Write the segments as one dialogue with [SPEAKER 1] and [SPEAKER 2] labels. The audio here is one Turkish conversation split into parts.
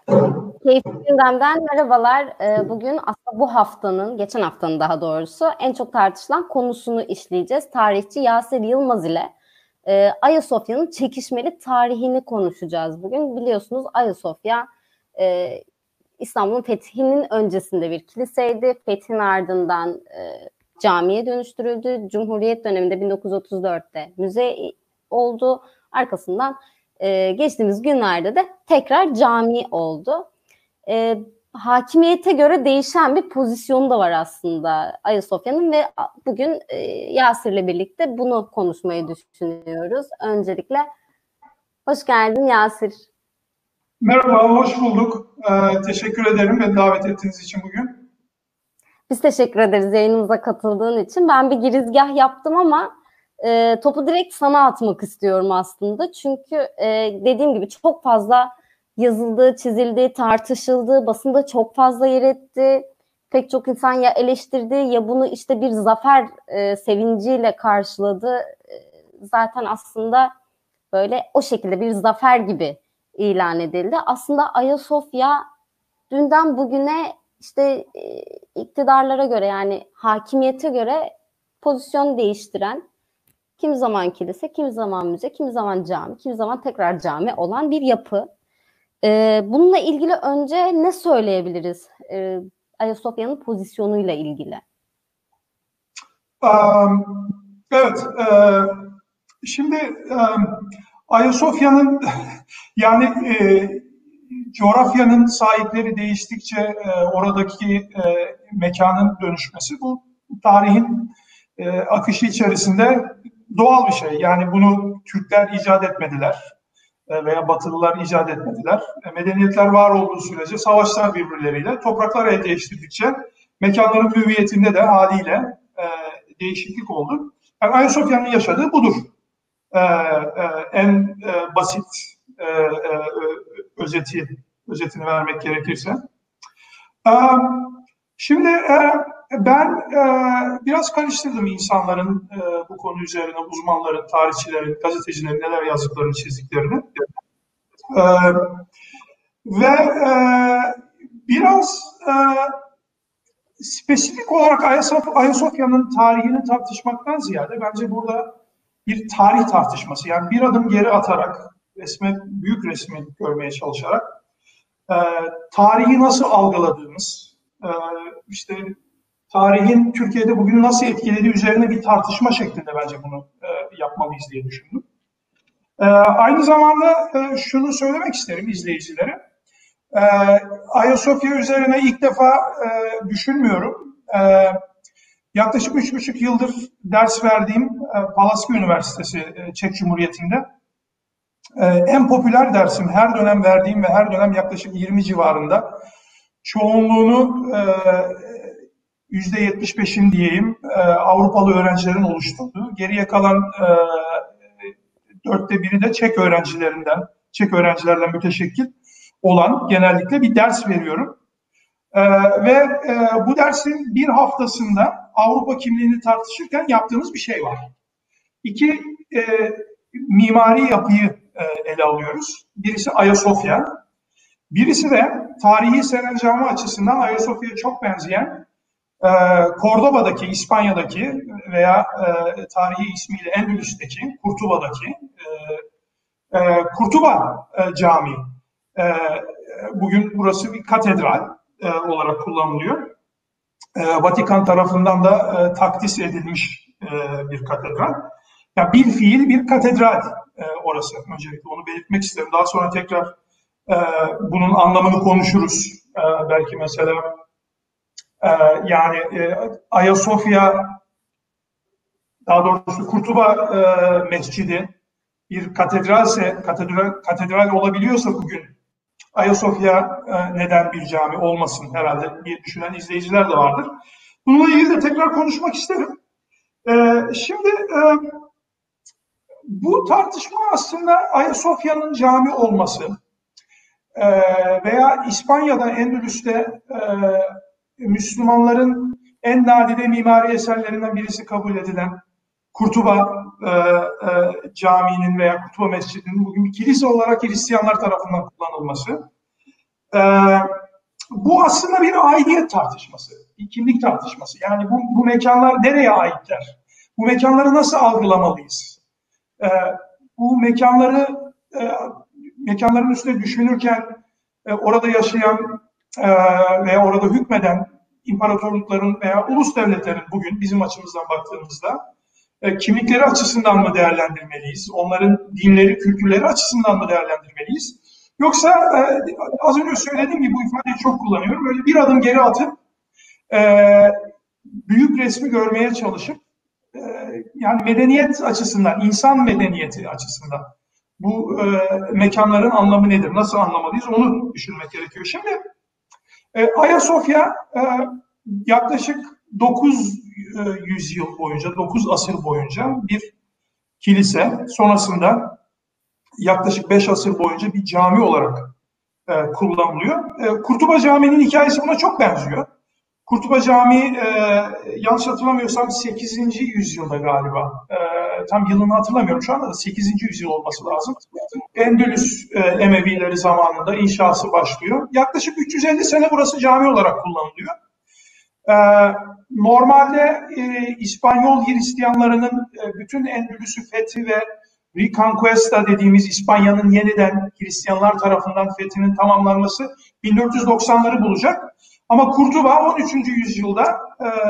[SPEAKER 1] Keyifli gündemden merhabalar. Bugün aslında bu haftanın, geçen haftanın daha doğrusu en çok tartışılan konusunu işleyeceğiz. Tarihçi Yasir Yılmaz ile Ayasofya'nın çekişmeli tarihini konuşacağız bugün. Biliyorsunuz Ayasofya İstanbul'un fethinin öncesinde bir kiliseydi. Fethin ardından camiye dönüştürüldü. Cumhuriyet döneminde 1934'te müze oldu. Arkasından geçtiğimiz günlerde de tekrar cami oldu. Hakimiyete göre değişen bir pozisyonu da var aslında Ayasofya'nın ve bugün Yasir'le birlikte bunu konuşmayı düşünüyoruz. Öncelikle hoş geldin Yasir.
[SPEAKER 2] Merhaba, hoş bulduk. Teşekkür ederim beni davet ettiğiniz için bugün.
[SPEAKER 1] Biz teşekkür ederiz yayınımıza katıldığın için. Ben bir girizgah yaptım ama topu direkt sana atmak istiyorum aslında. Çünkü dediğim gibi çok fazla yazıldı, çizildi, tartışıldı, basında çok fazla yer etti. Pek çok insan ya eleştirdi ya bunu işte bir zafer sevinciyle karşıladı. Zaten aslında böyle o şekilde bir zafer gibi ilan edildi. Aslında Ayasofya dünden bugüne işte iktidarlara göre yani hakimiyete göre pozisyon değiştiren, kimi zaman kilise, kimi zaman müze, kimi zaman cami, kimi zaman tekrar cami olan bir yapı. Bununla ilgili önce ne söyleyebiliriz Ayasofya'nın pozisyonuyla ilgili?
[SPEAKER 2] Evet, şimdi Ayasofya'nın yani coğrafyanın sahipleri değiştikçe oradaki mekanın dönüşmesi bu tarihin akışı içerisinde doğal bir şey. Yani bunu Türkler icat etmediler veya Batılılar icat etmediler. Medeniyetler var olduğu sürece savaşlar birbirleriyle, topraklar el değiştirdikçe mekanların hüviyetinde de haliyle değişiklik oldu. Yani Ayasofya'nın yaşadığı budur. En basit özetini vermek gerekirse. Şimdi ben biraz karıştırdım insanların bu konu üzerine, uzmanların, tarihçilerin, gazetecilerin neler yazdıklarını, çizdiklerini. Ve biraz spesifik olarak Ayasofya'nın tarihini tartışmaktan ziyade bence burada bir tarih tartışması, yani bir adım geri atarak, büyük resmi görmeye çalışarak tarihi nasıl algıladığımız, işte tarihin Türkiye'de bugün nasıl etkilediği üzerine bir tartışma şeklinde bence bunu yapmalıyız diye düşündüm. Aynı zamanda şunu söylemek isterim izleyicilere. Ayasofya üzerine ilk defa düşünmüyorum. Yaklaşık 3,5 yıldır ders verdiğim Palaski Üniversitesi Çek Cumhuriyeti'nde en popüler dersim, her dönem verdiğim ve her dönem yaklaşık 20 civarında, çoğunluğunu %75'in diyeyim Avrupalı öğrencilerin oluşturduğu, geriye kalan 1/4'ü de Çek öğrencilerden müteşekkil olan genellikle bir ders veriyorum. Ve bu dersin bir haftasında Avrupa kimliğini tartışırken yaptığımız bir şey var. İki mimari yapıyı ele alıyoruz. Birisi Ayasofya, birisi de tarihi serencamı açısından Ayasofya'ya çok benzeyen Cordoba'daki, İspanya'daki veya tarihi ismiyle Endülüs'teki Kurtuba'daki Kurtuba Camii. Bugün burası bir katedral olarak kullanılıyor. Vatikan tarafından da takdis edilmiş bir katedral. Yani bir fiil bir katedral orası. Öncelikle onu belirtmek isterim. Daha sonra tekrar bunun anlamını konuşuruz. Belki mesela yani Ayasofya, daha doğrusu Kurtuba Mescidi bir katedralse, katedral olabiliyorsa bugün Ayasofya neden bir cami olmasın herhalde diye düşünen izleyiciler de vardır. Bununla ilgili de tekrar konuşmak isterim. Şimdi bu tartışma aslında Ayasofya'nın cami olması veya İspanya'da, Endülüs'te Müslümanların en nadide mimari eserlerinden birisi kabul edilen Kurtuba Camii'nin veya Kurtuba Mescidi'nin bugün bir kilise olarak Hristiyanlar tarafından kullanılması E, Bu aslında bir aidiyet tartışması, bir kimlik tartışması. Yani bu mekanlar nereye aitler? Bu mekanları nasıl algılamalıyız? E, Bu mekanların üstüne düşünürken orada yaşayan veya orada hükmeden imparatorlukların veya ulus devletlerin bugün bizim açımızdan baktığımızda kimlikleri açısından mı değerlendirmeliyiz? Onların dinleri, kültürleri açısından mı değerlendirmeliyiz? Yoksa az önce söylediğim gibi bu ifadeyi çok kullanıyorum. Böyle bir adım geri atıp büyük resmi görmeye çalışıp yani medeniyet açısından, insan medeniyeti açısından bu mekanların anlamı nedir? Nasıl anlamalıyız? Onu düşünmek gerekiyor. Şimdi Ayasofya yaklaşık 900 yıl boyunca, 9 asır boyunca bir kilise. Sonrasında yaklaşık 5 asır boyunca bir cami olarak kullanılıyor. Kurtuba Camii'nin hikayesi buna çok benziyor. Kurtuba Camii yanlış hatırlamıyorsam 8. yüzyılda galiba. Tam yılını hatırlamıyorum şu anda da 8. yüzyıl olması lazım. Endülüs Emevileri zamanında inşası başlıyor. Yaklaşık 350 sene burası cami olarak kullanılıyor. Normalde İspanyol Hristiyanlarının bütün Endülüs'ü fethi ve Reconquista dediğimiz İspanya'nın yeniden Hristiyanlar tarafından fethinin tamamlanması 1490'ları bulacak. Ama Kurtuba 13. yüzyılda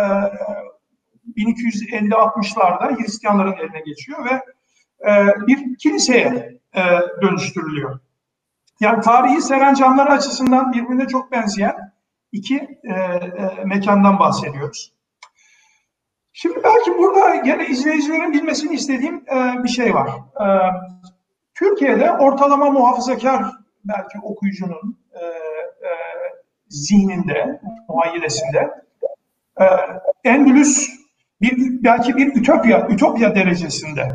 [SPEAKER 2] 1250-60'larda Hristiyanların eline geçiyor ve bir kiliseye dönüştürülüyor. Yani tarihi seven canlılar açısından birbirine çok benzeyen iki mekandan bahsediyoruz. Şimdi belki burada gene izleyicilerin bilmesini istediğim bir şey var. Türkiye'de ortalama muhafazakar belki okuyucunun zihninde, muhayyilesinde Endülüs belki bir ütopya derecesinde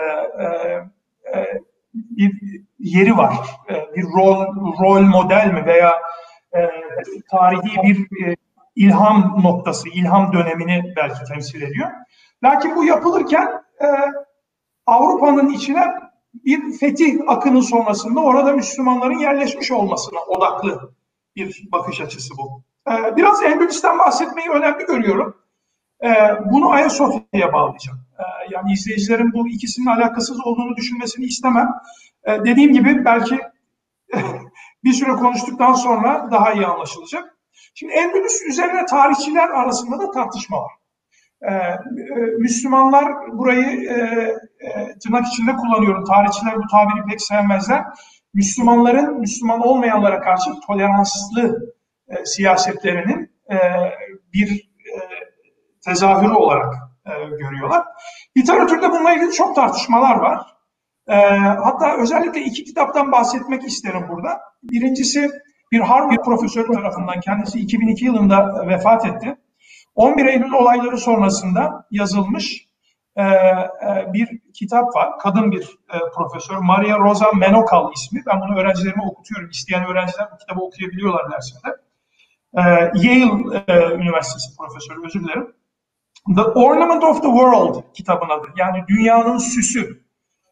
[SPEAKER 2] bir yeri var. Bir rol model mi veya tarihi bir ilham noktası, ilham dönemini belki temsil ediyor. Lakin bu yapılırken Avrupa'nın içine bir fetih akını sonrasında orada Müslümanların yerleşmiş olmasına odaklı bir bakış açısı bu. Biraz Endülüs'ten bahsetmeyi önemli görüyorum. Bunu Ayasofya'ya bağlayacağım. Yani izleyicilerin bu ikisinin alakasız olduğunu düşünmesini istemem. Dediğim gibi belki bir süre konuştuktan sonra daha iyi anlaşılacak. Şimdi Endülüs üzerine tarihçiler arasında da tartışma var. Müslümanlar burayı tırnak içinde kullanıyorum. Tarihçiler bu tabiri pek sevmezler. Müslümanların Müslüman olmayanlara karşı toleranslı siyasetlerinin bir tezahürü olarak görüyorlar. Literatürde bununla ilgili çok tartışmalar var. Hatta özellikle iki kitaptan bahsetmek isterim burada. Birincisi bir Harvard profesörü tarafından, kendisi 2002 yılında vefat etti. 11 Eylül olayları sonrasında yazılmış bir kitap var. Kadın bir profesör, Maria Rosa Menokal ismi. Ben bunu öğrencilerime okutuyorum. İsteyen öğrenciler bu kitabı okuyabiliyorlar dersinde. Yale Üniversitesi profesörü, özür dilerim. The Ornament of the World kitabın adı. Yani dünyanın süsü.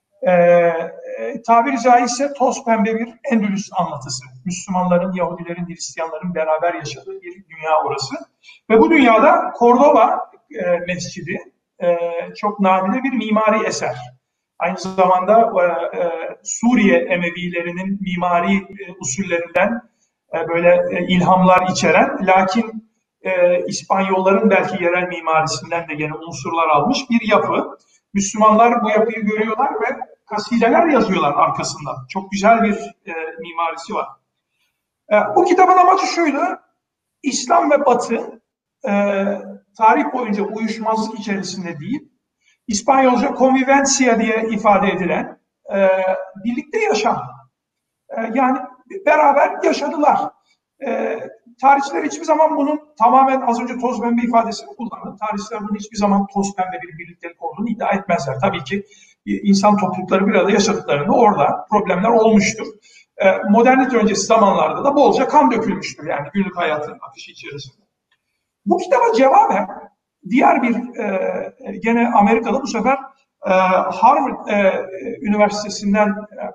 [SPEAKER 2] Tabiri caizse toz pembe bir Endülüs anlatısı. Müslümanların, Yahudilerin, Hristiyanların beraber yaşadığı bir dünya orası. Ve bu dünyada Cordoba Mescidi çok nadide bir mimari eser. Aynı zamanda Suriye Emevilerinin mimari usullerinden böyle ilhamlar içeren, lakin İspanyolların belki yerel mimarisinden de gene unsurlar almış bir yapı. Müslümanlar bu yapıyı görüyorlar ve kasideler yazıyorlar arkasından. Çok güzel bir mimarisi var. Bu kitabın amacı şuydu: İslam ve Batı tarih boyunca uyuşmazlık içerisinde değil, İspanyolca convivencia diye ifade edilen birlikte yaşam. Yani beraber yaşadılar. Tarihçiler hiçbir zaman bunun tamamen az önce toz pembe ifadesini kullandı. Tarihçiler bunun hiçbir zaman toz pembe bir birliktelik olduğunu iddia etmezler. Tabii ki insan toplulukları bir arada yaşadıklarında orada problemler olmuştur. Modernite öncesi zamanlarda da bolca kan dökülmüştür yani günlük hayatın akışı içerisinde. Bu kitaba cevaben diğer bir gene Amerika'da bu sefer Harvard Üniversitesi'nden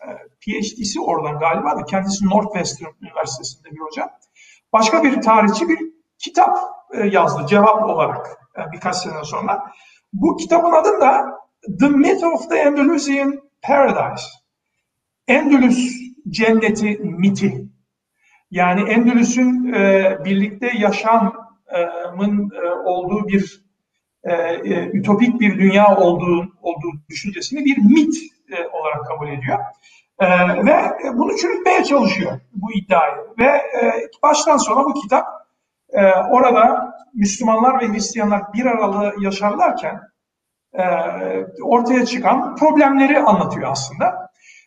[SPEAKER 2] PhD'si oradan galiba da kendisi Northwestern Üniversitesi'nde bir hoca. Başka bir tarihçi bir kitap yazdı cevap olarak birkaç sene sonra. Bu kitabın adı da The Myth of the Andalusian Paradise. Endülüs cenneti miti. Yani Endülüs'ün birlikte yaşamın olduğu bir ütopik bir dünya olduğu düşüncesini bir mit olarak kabul ediyor. Ve bunu çürütmeye çalışıyor bu iddiayı. Ve baştan sona bu kitap orada Müslümanlar ve Hristiyanlar bir arada yaşarlarken ortaya çıkan problemleri anlatıyor aslında.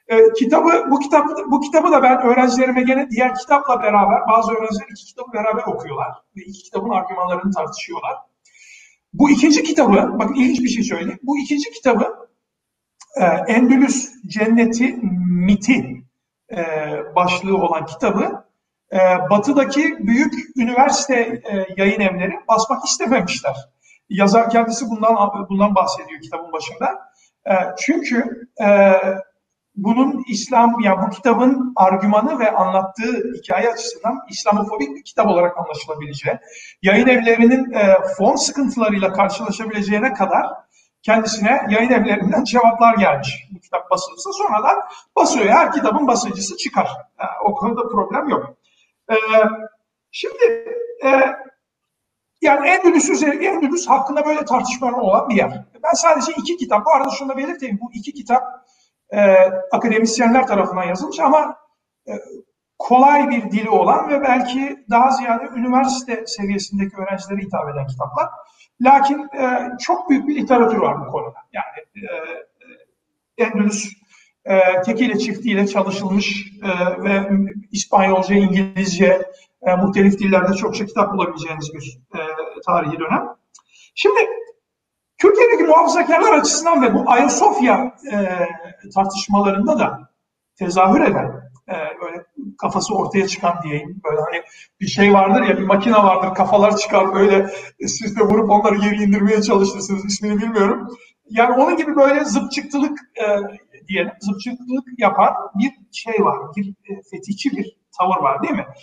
[SPEAKER 2] Bu kitabı da ben öğrencilerime gene diğer kitapla beraber, bazı öğrenciler iki kitabı beraber okuyorlar ve iki kitabın argümanlarını tartışıyorlar. Bu ikinci kitabı, bakın ilginç bir şey söyleyeyim. Bu ikinci kitabı Endülüs Cenneti Miti başlığı olan kitabı Batı'daki büyük üniversite yayın evleri basmak istememişler. Yazar kendisi bundan bahsediyor kitabın başında. Çünkü bunun bu kitabın argümanı ve anlattığı hikaye açısından İslamofobik bir kitap olarak anlaşılabileceği, yayın evlerinin fon sıkıntılarıyla karşılaşabileceğine kadar kendisine yayın evlerinden cevaplar gelmiş. Bu kitap basılırsa sonradan basıyor. Her kitabın basıcısı çıkar. O konuda problem yok. Şimdi yani Endülüs hakkında böyle tartışmalar olan bir yer. Ben sadece iki kitap, bu arada şunu da belirteyim, bu iki kitap akademisyenler tarafından yazılmış ama kolay bir dili olan ve belki daha ziyade üniversite seviyesindeki öğrencilere hitap eden kitaplar. Lakin çok büyük bir literatür var bu konuda. Yani Endülüs tekiyle çiftiyle çalışılmış ve İspanyolca, İngilizce, muhtelif dillerde çokça kitap bulabileceğiniz bir tarihi dönem. Şimdi Türkiye'deki muhafazakarlar açısından ve bu Ayasofya tartışmalarında da tezahür eden, böyle kafası ortaya çıkan diyeyim, böyle hani bir şey vardır ya, bir makine vardır, kafalar çıkar, böyle siz de vurup onları geri indirmeye çalışırsınız, ismini bilmiyorum. Yani onun gibi böyle zıpçıklık diyelim, zıpçıklık yapan bir şey var, bir fetihçi bir tavır var değil mi?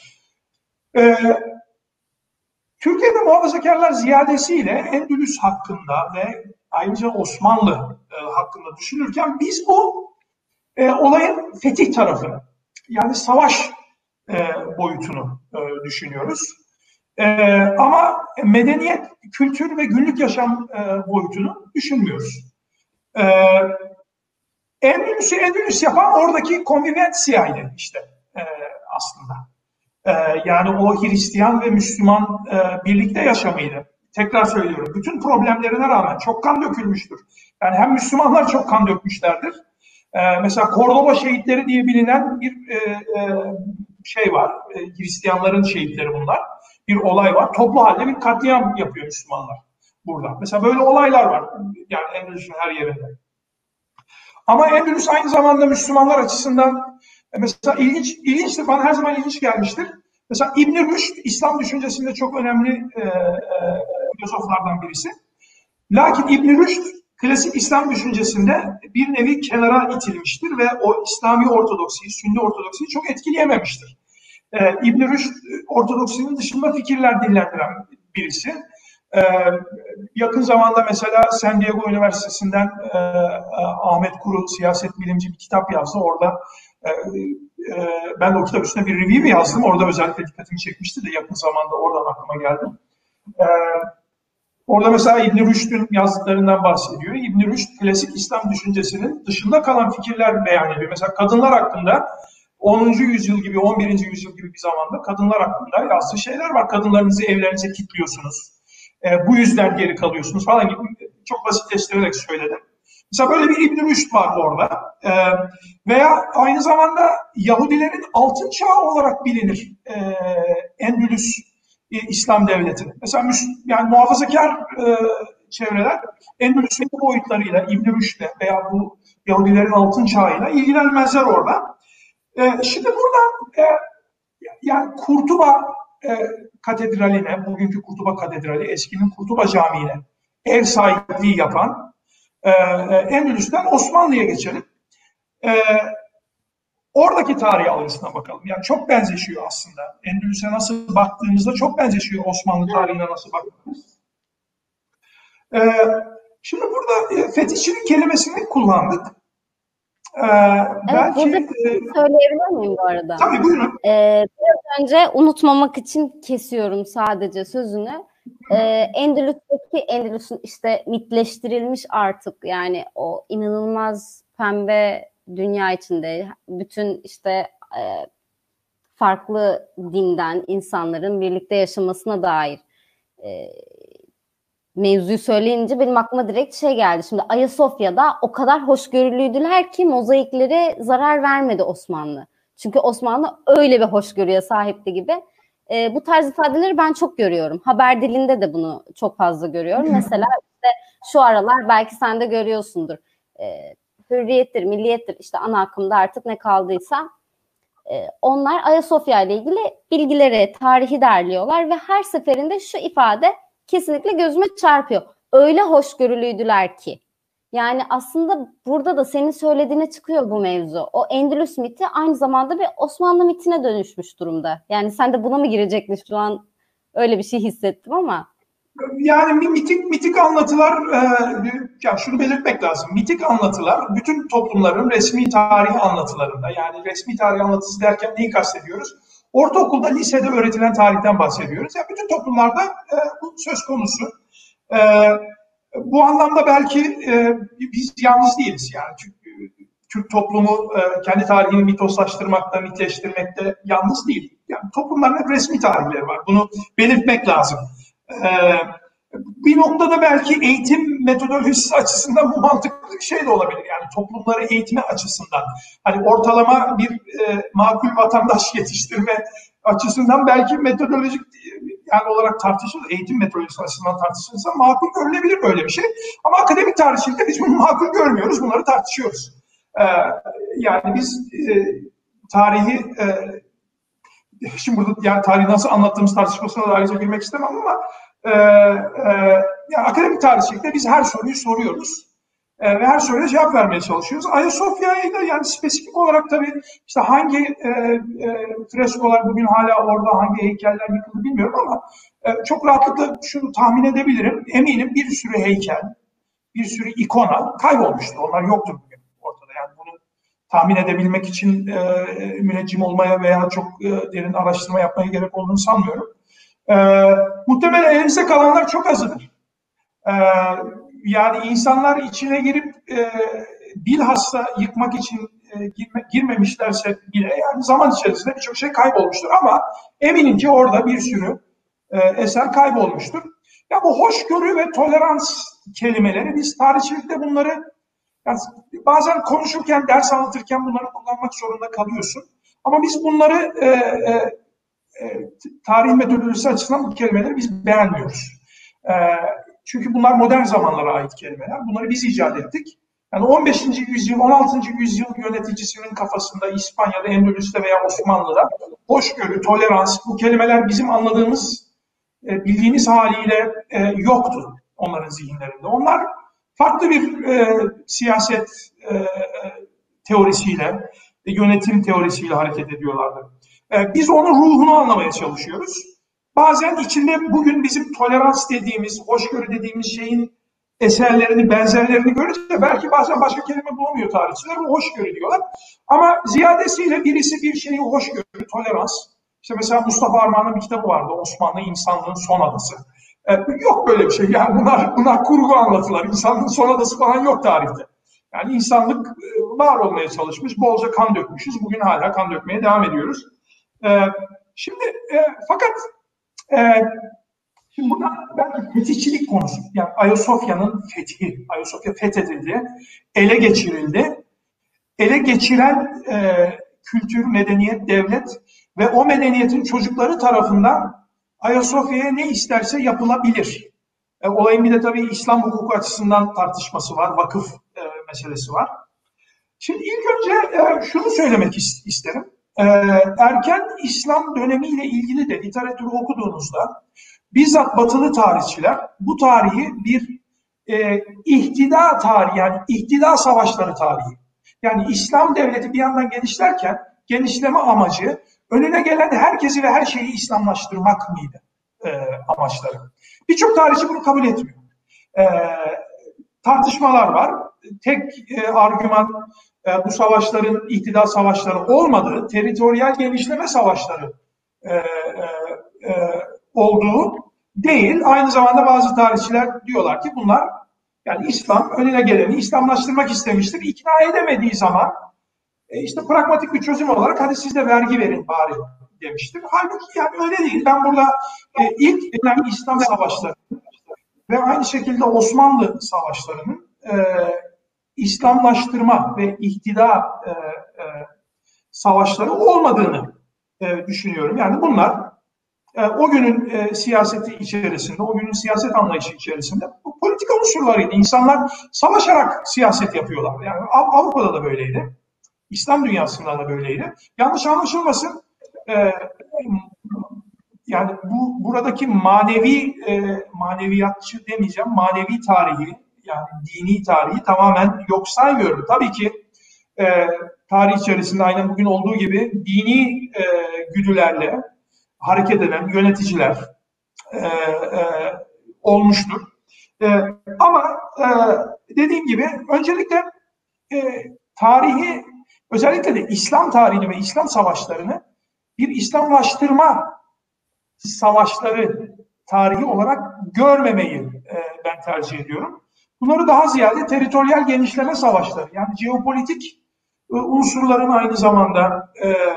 [SPEAKER 2] Türkiye'de muhafazakarlar ziyadesiyle Endülüs hakkında ve ayrıca Osmanlı hakkında düşünürken biz bu olayın fetih tarafını, yani savaş boyutunu düşünüyoruz. Ama medeniyet, kültür ve günlük yaşam boyutunu düşünmüyoruz. Endülüs yapan oradaki konvivensiyaydı işte aslında. Yani o Hristiyan ve Müslüman birlikte yaşamıydı. Tekrar söylüyorum, bütün problemlerine rağmen çok kan dökülmüştür. Yani hem Müslümanlar çok kan dökmüşlerdir. Mesela Kordoba şehitleri diye bilinen bir şey var. Hristiyanların şehitleri bunlar. Bir olay var. Toplu halde bir katliam yapıyor Müslümanlar burada. Mesela böyle olaylar var. Yani Endülüs'ün her yerinde. Ama Endülüs aynı zamanda Müslümanlar açısından mesela ilginçtir, bana her zaman ilginç gelmiştir. Mesela İbn-i Rüşd, İslam düşüncesinde çok önemli filozoflardan birisi. Lakin İbn-i Rüşd, klasik İslam düşüncesinde bir nevi kenara itilmiştir ve o İslami ortodoksiyi, Sünni ortodoksiyi çok etkileyememiştir. İbn-i Rüşd, ortodoksinin dışında fikirler dillendiren birisi. Yakın zamanda mesela San Diego Üniversitesi'nden Ahmet Kuru, siyaset bilimci, bir kitap yazdı. Orada ben de o kitap üstüne bir review yazdım. Orada özellikle dikkatimi çekmişti de yakın zamanda oradan aklıma geldi. Orada mesela İbn-i Rüşd'ün yazdıklarından bahsediyor. İbn-i Rüşd klasik İslam düşüncesinin dışında kalan fikirler beyan ediyor. Mesela kadınlar hakkında 10. yüzyıl gibi, 11. yüzyıl gibi bir zamanda kadınlar hakkında yazdığı şeyler var. Kadınlarınızı evlerinize kilitliyorsunuz. Bu yüzden geri kalıyorsunuz falan gibi, çok basitleştirerek söyledim. Mesela böyle bir İbn-i Rüşd var orada. Veya aynı zamanda Yahudilerin altın çağı olarak bilinir Endülüs İslam devleti. Mesela yani muhafazakar çevreler Endülüs'ün boyutlarıyla, İbn-i Rüşd'le veya bu Yahudilerin altın çağıyla ilgilenmezler orada. Şimdi buradan yani Kurtuba Katedrali'ne, bugünkü Kurtuba Katedrali, eskinin Kurtuba Camii'ne ev sahipliği yapan Endülüs'ten Osmanlı'ya geçelim. Oradaki tarihi algısına bakalım. Yani çok benzeşiyor aslında. Endülüs'e nasıl baktığımızda çok benzeşiyor Osmanlı tarihine nasıl baktığımız. Şimdi burada fetişçilik kelimesini kullandık.
[SPEAKER 1] Evet,
[SPEAKER 2] Belki
[SPEAKER 1] burada bir şey söyleyebilir miyim bu arada?
[SPEAKER 2] tabii buyurun.
[SPEAKER 1] Biraz önce unutmamak için kesiyorum sadece sözünü. Endülüs'ün işte mitleştirilmiş artık, yani o inanılmaz pembe dünya içinde bütün işte farklı dinden insanların birlikte yaşamasına dair mevzuyu söyleyince benim aklıma direkt şey geldi. Şimdi Ayasofya'da o kadar hoşgörülüydüler ki mozaiklere zarar vermedi Osmanlı. Çünkü Osmanlı öyle bir hoşgörüye sahipti gibi. Bu tarz ifadeleri ben çok görüyorum. Haber dilinde de bunu çok fazla görüyorum. Mesela işte şu aralar belki sen de görüyorsundur. Hürriyettir, Milliyettir, işte ana akımda artık ne kaldıysa onlar Ayasofya ile ilgili bilgileri, tarihi derliyorlar ve her seferinde şu ifade kesinlikle gözüme çarpıyor. Öyle hoşgörülüydüler ki. Yani aslında burada da senin söylediğine çıkıyor bu mevzu. O Endülüs miti aynı zamanda bir Osmanlı mitine dönüşmüş durumda. Yani sen de buna mı girecektin şu an? Öyle bir şey hissettim ama.
[SPEAKER 2] Yani mitik anlatılar, ya şunu belirtmek lazım. Mitik anlatılar bütün toplumların resmi tarihi anlatılarında, yani resmi tarih anlatısı derken neyi kastediyoruz? Ortaokulda, lisede öğretilen tarihten bahsediyoruz. Yani bütün toplumlarda bu söz konusu. Bu anlamda belki biz yalnız değiliz yani. Çünkü Türk toplumu kendi tarihini mitoslaştırmakta, mitleştirmekte yalnız değil. Yani toplumların hep resmi tarihleri var. Bunu belirtmek lazım. Bir noktada belki eğitim metodolojisi açısından bu mantıklı bir şey de olabilir. Yani toplumları eğitme açısından. Hani ortalama bir makul vatandaş yetiştirme açısından belki metodolojik yani olarak tartışılır. Eğitim metodolojisi açısından tartışılırsa makul görülebilir böyle bir şey. Ama akademik tarihçilikte biz bunu makul görmüyoruz. Bunları tartışıyoruz. Yani biz tarihi şimdi burada yani tarihi nasıl anlattığımız tartışmasına da ayrıca girmek istemem ama yani akademik tarihçilikte biz her soruyu soruyoruz ve her soruya cevap vermeye çalışıyoruz. Ayasofya'yı da yani spesifik olarak tabii işte hangi freskolar bugün hala orada, hangi heykeller yıkıldı bilmiyorum ama çok rahatlıkla şunu tahmin edebilirim. Eminim bir sürü heykel, bir sürü ikona kaybolmuştur. Onlar yoktur bugün ortada. Yani bunu tahmin edebilmek için müneccim olmaya veya çok derin araştırma yapmaya gerek olduğunu sanmıyorum. Muhtemelen elimizde kalanlar çok azıdır. Yani insanlar içine girip bilhassa yıkmak için girmemişlerse bile yani zaman içerisinde birçok şey kaybolmuştur. Ama eminim ki orada bir sürü eser kaybolmuştur. Ya bu hoşgörü ve tolerans kelimeleri biz tarihçilikte bunları yani bazen konuşurken, ders anlatırken bunları kullanmak zorunda kalıyorsun. Ama biz bunları tarih metodolojisi açısından bu kelimeleri biz beğenmiyoruz. Çünkü bunlar modern zamanlara ait kelimeler. Bunları biz icat ettik. Yani 15. yüzyıl, 16. yüzyıl yöneticisinin kafasında İspanya'da, Endülüs'te veya Osmanlı'da hoşgörü, tolerans bu kelimeler bizim anladığımız, bildiğimiz haliyle yoktu onların zihinlerinde. Onlar farklı bir siyaset teorisiyle, yönetim teorisiyle hareket ediyorlardı. Biz onun ruhunu anlamaya çalışıyoruz. Bazen içinde bugün bizim tolerans dediğimiz, hoşgörü dediğimiz şeyin eserlerini, benzerlerini görünce belki bazen başka kelime bulamıyor tarihçiler, o hoşgörü diyorlar. Ama ziyadesiyle birisi bir şeyi hoşgörü, tolerans. İşte mesela Mustafa Armağan'ın bir kitabı vardı, Osmanlı İnsanlığın Son Adası. Yok böyle bir şey. Yani bunlar kurgu anlatılar. İnsanlığın son adası falan yok tarihte. Yani insanlık var olmaya çalışmış. Bolca kan dökmüşüz. Bugün hala kan dökmeye devam ediyoruz. Şimdi fakat şimdi buna belki fetihçilik konusu. Yani Ayasofya'nın fethi. Ayasofya fethedildi. Ele geçirildi. Ele geçiren kültür, medeniyet, devlet ve o medeniyetin çocukları tarafından Ayasofya'ya ne isterse yapılabilir. Olayın bir de tabii İslam hukuku açısından tartışması var, vakıf meselesi var. Şimdi ilk önce şunu söylemek isterim. Erken İslam dönemiyle ilgili de literatürü okuduğunuzda bizzat batılı tarihçiler bu tarihi bir ihtida tarihi, yani ihtida savaşları tarihi. Yani İslam devleti bir yandan genişlerken genişleme amacı önüne gelen herkesi ve her şeyi İslamlaştırmak mıydı amaçları? Birçok tarihçi bunu kabul etmiyor. Tartışmalar var. Tek argüman bu savaşların ihtidal savaşları olmadığı, teritoryal genişleme savaşları olduğu değil. Aynı zamanda bazı tarihçiler diyorlar ki bunlar, yani İslam önüne geleni İslamlaştırmak istemiştir. İkna edemediği zaman işte pragmatik bir çözüm olarak hadi siz de vergi verin bari demiştir. Halbuki yani öyle değil. Ben burada ilk önemli İslam savaşları ve aynı şekilde Osmanlı savaşlarının İslamlaştırma ve ihtida savaşları olmadığını düşünüyorum. Yani bunlar o günün siyaseti içerisinde, o günün siyaset anlayışı içerisinde bu politika unsurlarıydı. İnsanlar savaşarak siyaset yapıyorlar. Yani Avrupa'da da böyleydi. İslam dünyasında da böyleydi. Yanlış anlaşılmasın. Yani buradaki maneviyatçı demeyeceğim, manevi tarihi, yani dini tarihi tamamen yok saymıyorum. Tabii ki tarih içerisinde aynen bugün olduğu gibi dini güdülerle hareket eden yöneticiler olmuştur. Ama dediğim gibi öncelikle tarihi, özellikle de İslam tarihini ve İslam savaşlarını bir İslamlaştırma savaşları tarihi olarak görmemeyi ben tercih ediyorum. Bunları daha ziyade teritoryal genişleme savaşları, yani jeopolitik unsurların aynı zamanda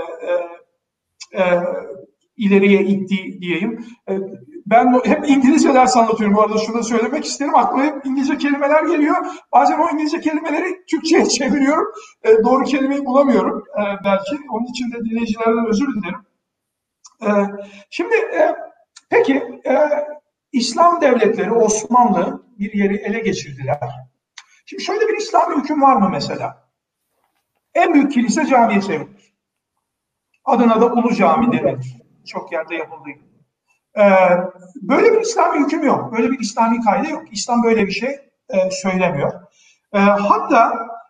[SPEAKER 2] ileriye ittiği diyeyim. Ben hep İngilizce ders anlatıyorum. Bu arada şunu da söylemek isterim. Aklıma hep İngilizce kelimeler geliyor. Bazen o İngilizce kelimeleri Türkçe'ye çeviriyorum. Doğru kelimeyi bulamıyorum belki. Onun için de dinleyicilerden özür dilerim. Şimdi peki İslam devletleri, Osmanlı bir yeri ele geçirdiler. Şimdi şöyle bir İslami hüküm var mı mesela? En büyük kilise camiye çevrilir. Adına da Ulu Cami denir. Çok yerde yapıldığı gibi. Böyle bir İslami hüküm yok. Böyle bir İslami kaide yok. İslam böyle bir şey söylemiyor. Hatta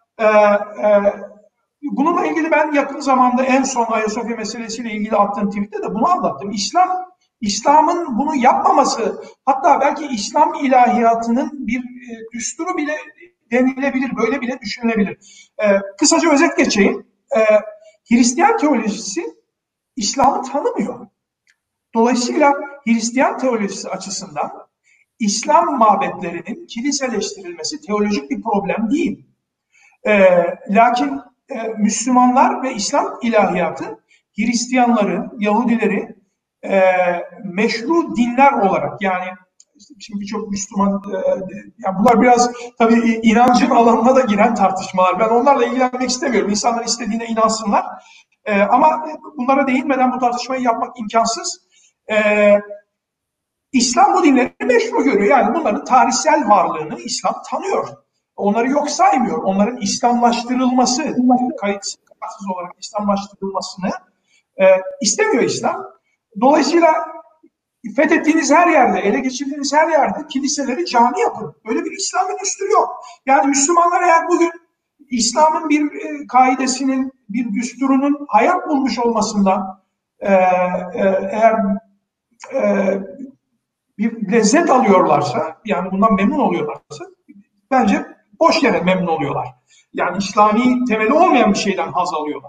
[SPEAKER 2] bununla ilgili ben yakın zamanda en son Ayasofya meselesiyle ilgili attığım tweette de bunu anlattım. İslam'ın bunu yapmaması, hatta belki İslam ilahiyatının bir düsturu bile denilebilir, böyle bile düşünülebilir. Kısaca özet geçeyim. Hristiyan teolojisi İslam'ı tanımıyor. Dolayısıyla Hristiyan teolojisi açısından İslam mabetlerinin kiliseleştirilmesi teolojik bir problem değil. Lakin Müslümanlar ve İslam ilahiyatı Hristiyanları, Yahudileri meşru dinler olarak, yani şimdi birçok Müslüman, yani bunlar biraz tabii inancın alanına da giren tartışmalar. Ben onlarla ilgilenmek istemiyorum. İnsanlar istediğine inansınlar. Ama bunlara değinmeden bu tartışmayı yapmak imkansız. İslam bu dinleri meşru görüyor. Yani bunların tarihsel varlığını İslam tanıyor. Onları yok saymıyor. Onların İslamlaştırılması, kayıtsız olarak İslamlaştırılmasını istemiyor İslam. Dolayısıyla fethettiğiniz her yerde, ele geçirdiğiniz her yerde kiliseleri cami yapın. Böyle bir İslam'ın üstü yok. Yani Müslümanlar eğer bugün İslam'ın bir kaidesinin, bir düsturunun hayat bulmuş olmasından eğer bir lezzet alıyorlarsa, yani bundan memnun oluyorlarsa, bence boş yere memnun oluyorlar. Yani İslami temeli olmayan bir şeyden haz alıyorlar.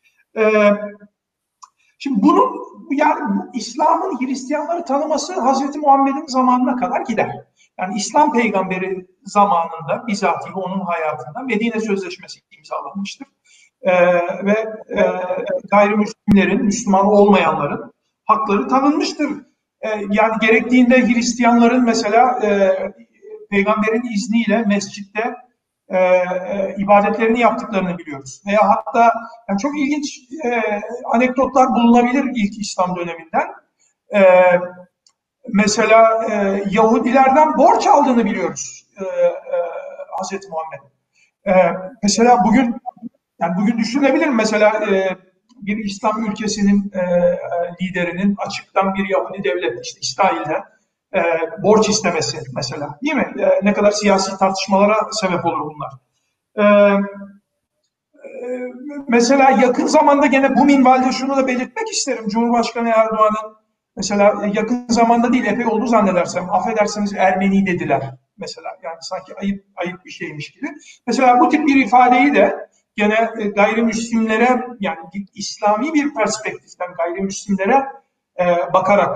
[SPEAKER 2] Şimdi bu İslam'ın Hristiyanları tanıması Hazreti Muhammed'in zamanına kadar gider. Yani İslam peygamberi zamanında, bizatihi onun hayatında Medine Sözleşmesi imzalanmıştır. Ve gayrimüslimlerin, Müslüman olmayanların hakları tanınmıştır. Yani gerektiğinde Hristiyanların mesela peygamberin izniyle mescitte ibadetlerini yaptıklarını biliyoruz. Veya hatta yani çok ilginç anekdotlar bulunabilir ilk İslam döneminden. Mesela Yahudilerden borç aldığını biliyoruz Hazreti Muhammed. Mesela bugün düşünebilir mi? Mesela bir İslam ülkesinin liderinin açıktan bir Yahudi devlet, işte İsrail'de borç istemesi mesela, değil mi? Ne kadar siyasi tartışmalara sebep olur bunlar. mesela yakın zamanda gene bu minvalde şunu da belirtmek isterim. Cumhurbaşkanı Erdoğan'ın mesela yakın zamanda değil, epey oldu zannedersem, affedersiniz Ermeni dediler mesela. Yani sanki ayıp bir şeymiş gibi. Mesela bu tip bir ifadeyi de gene gayrimüslimlere, yani İslami bir perspektiften gayrimüslimlere bakarak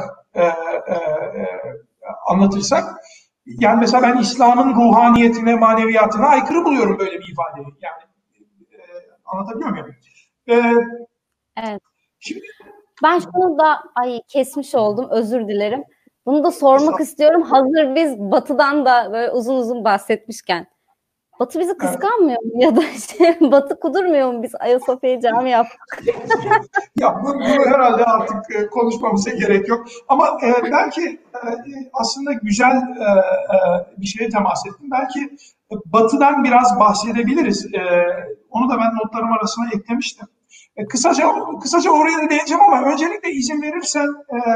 [SPEAKER 2] anlatırsak, yani mesela ben İslam'ın ruhaniyetine, maneviyatına aykırı buluyorum böyle bir ifadeyi. Yani anlatabiliyor muyum?
[SPEAKER 1] Evet.
[SPEAKER 2] Şimdi,
[SPEAKER 1] Ben şunu da kesmiş oldum, özür dilerim. Bunu da sormak istiyorum. Hazır biz Batı'dan da böyle uzun uzun bahsetmişken. Batı bizi kıskanmıyor mu? Ya da Batı kudurmuyor mu biz Ayasofya'yı cami yaptık?
[SPEAKER 2] ya bunu herhalde artık konuşmamıza gerek yok. Ama belki aslında güzel bir şeye temas ettim. Belki Batı'dan biraz bahsedebiliriz. Onu da ben notlarım arasına eklemiştim. Kısaca oraya da değineceğim ama öncelikle izin verirsen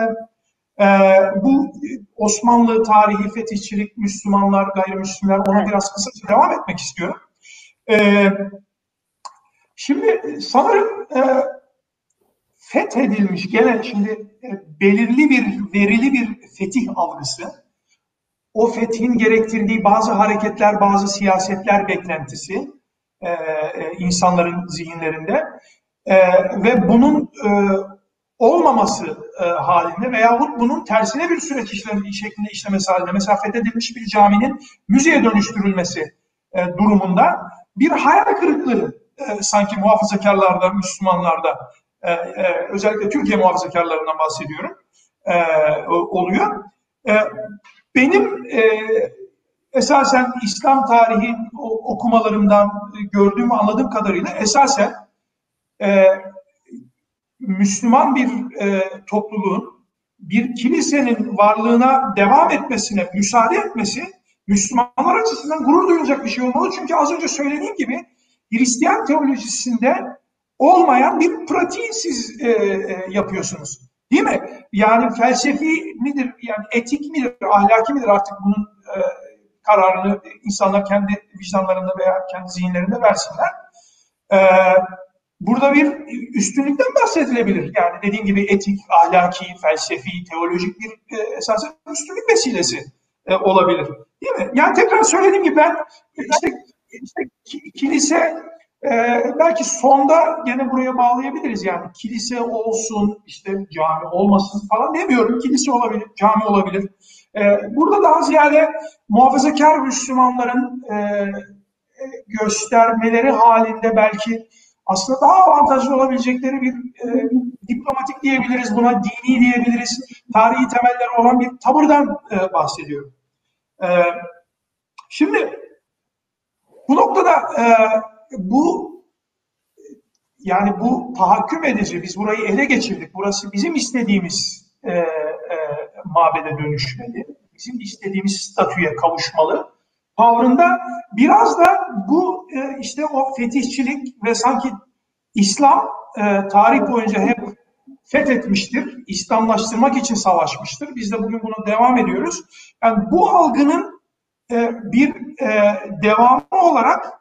[SPEAKER 2] bu Osmanlı tarihi, fetihçilik, Müslümanlar, gayrimüslimler, ona biraz kısaca devam etmek istiyorum. Şimdi sanırım fethedilmiş gene şimdi belirli bir, verili bir fetih algısı, o fethin gerektirdiği bazı hareketler, bazı siyasetler beklentisi insanların zihinlerinde ve bunun olmaması halinde veyahut bunun tersine bir süreç şeklinde işlemesi halinde, mesela fethedilmiş bir caminin müzeye dönüştürülmesi durumunda bir hayal kırıklığı sanki muhafazakarlarda, Müslümanlarda, özellikle Türkiye muhafazakarlarından bahsediyorum, oluyor. Benim esasen İslam tarihi okumalarımdan gördüğüm, anladığım kadarıyla esasen Müslüman bir topluluğun bir kilisenin varlığına devam etmesine müsaade etmesi Müslümanlar açısından gurur duyulacak bir şey olmalı. Çünkü az önce söylediğim gibi Hristiyan teolojisinde olmayan bir pratiği siz yapıyorsunuz. Değil mi? Yani felsefi midir, yani etik midir, ahlaki midir, artık bunun kararını insanlar kendi vicdanlarında veya kendi zihinlerinde versinler. Burada bir üstünlükten bahsedilebilir. Yani dediğim gibi etik, ahlaki, felsefi, teolojik bir esasen üstünlük vesilesi olabilir. Değil mi? Yani tekrar söylediğim gibi ben işte kilise belki sonda gene buraya bağlayabiliriz. Yani kilise olsun, işte cami olmasın falan demiyorum. Kilise olabilir, cami olabilir. Burada daha ziyade muhafazakar Müslümanların göstermeleri halinde belki aslında daha avantajlı olabilecekleri bir diplomatik diyebiliriz, buna dini diyebiliriz, tarihi temelleri olan bir tavırdan bahsediyorum. Şimdi bu noktada yani bu tahakküm edici, biz burayı ele geçirdik, burası bizim istediğimiz mabede dönüşmeli, bizim istediğimiz statüye kavuşmalı tavrında biraz da bu işte o fetihçilik ve sanki İslam tarih boyunca hep fethetmiştir, İslamlaştırmak için savaşmıştır. Biz de bugün bunu devam ediyoruz. Yani bu algının bir devamı olarak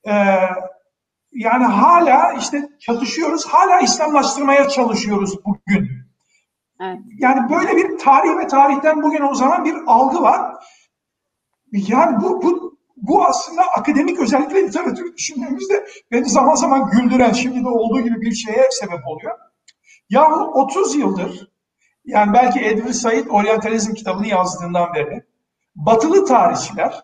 [SPEAKER 2] yani hala işte çatışıyoruz, hala İslamlaştırmaya çalışıyoruz bugün.
[SPEAKER 1] Evet.
[SPEAKER 2] Yani böyle bir tarih ve tarihten bugüne uzanan bir algı var. Yani bu aslında akademik, özellikle literatürü düşündüğümüzde beni zaman zaman güldüren, şimdi de olduğu gibi bir şeye sebep oluyor. Ya 30 yıldır, yani belki Edwin Said Oryantalizm kitabını yazdığından beri batılı tarihçiler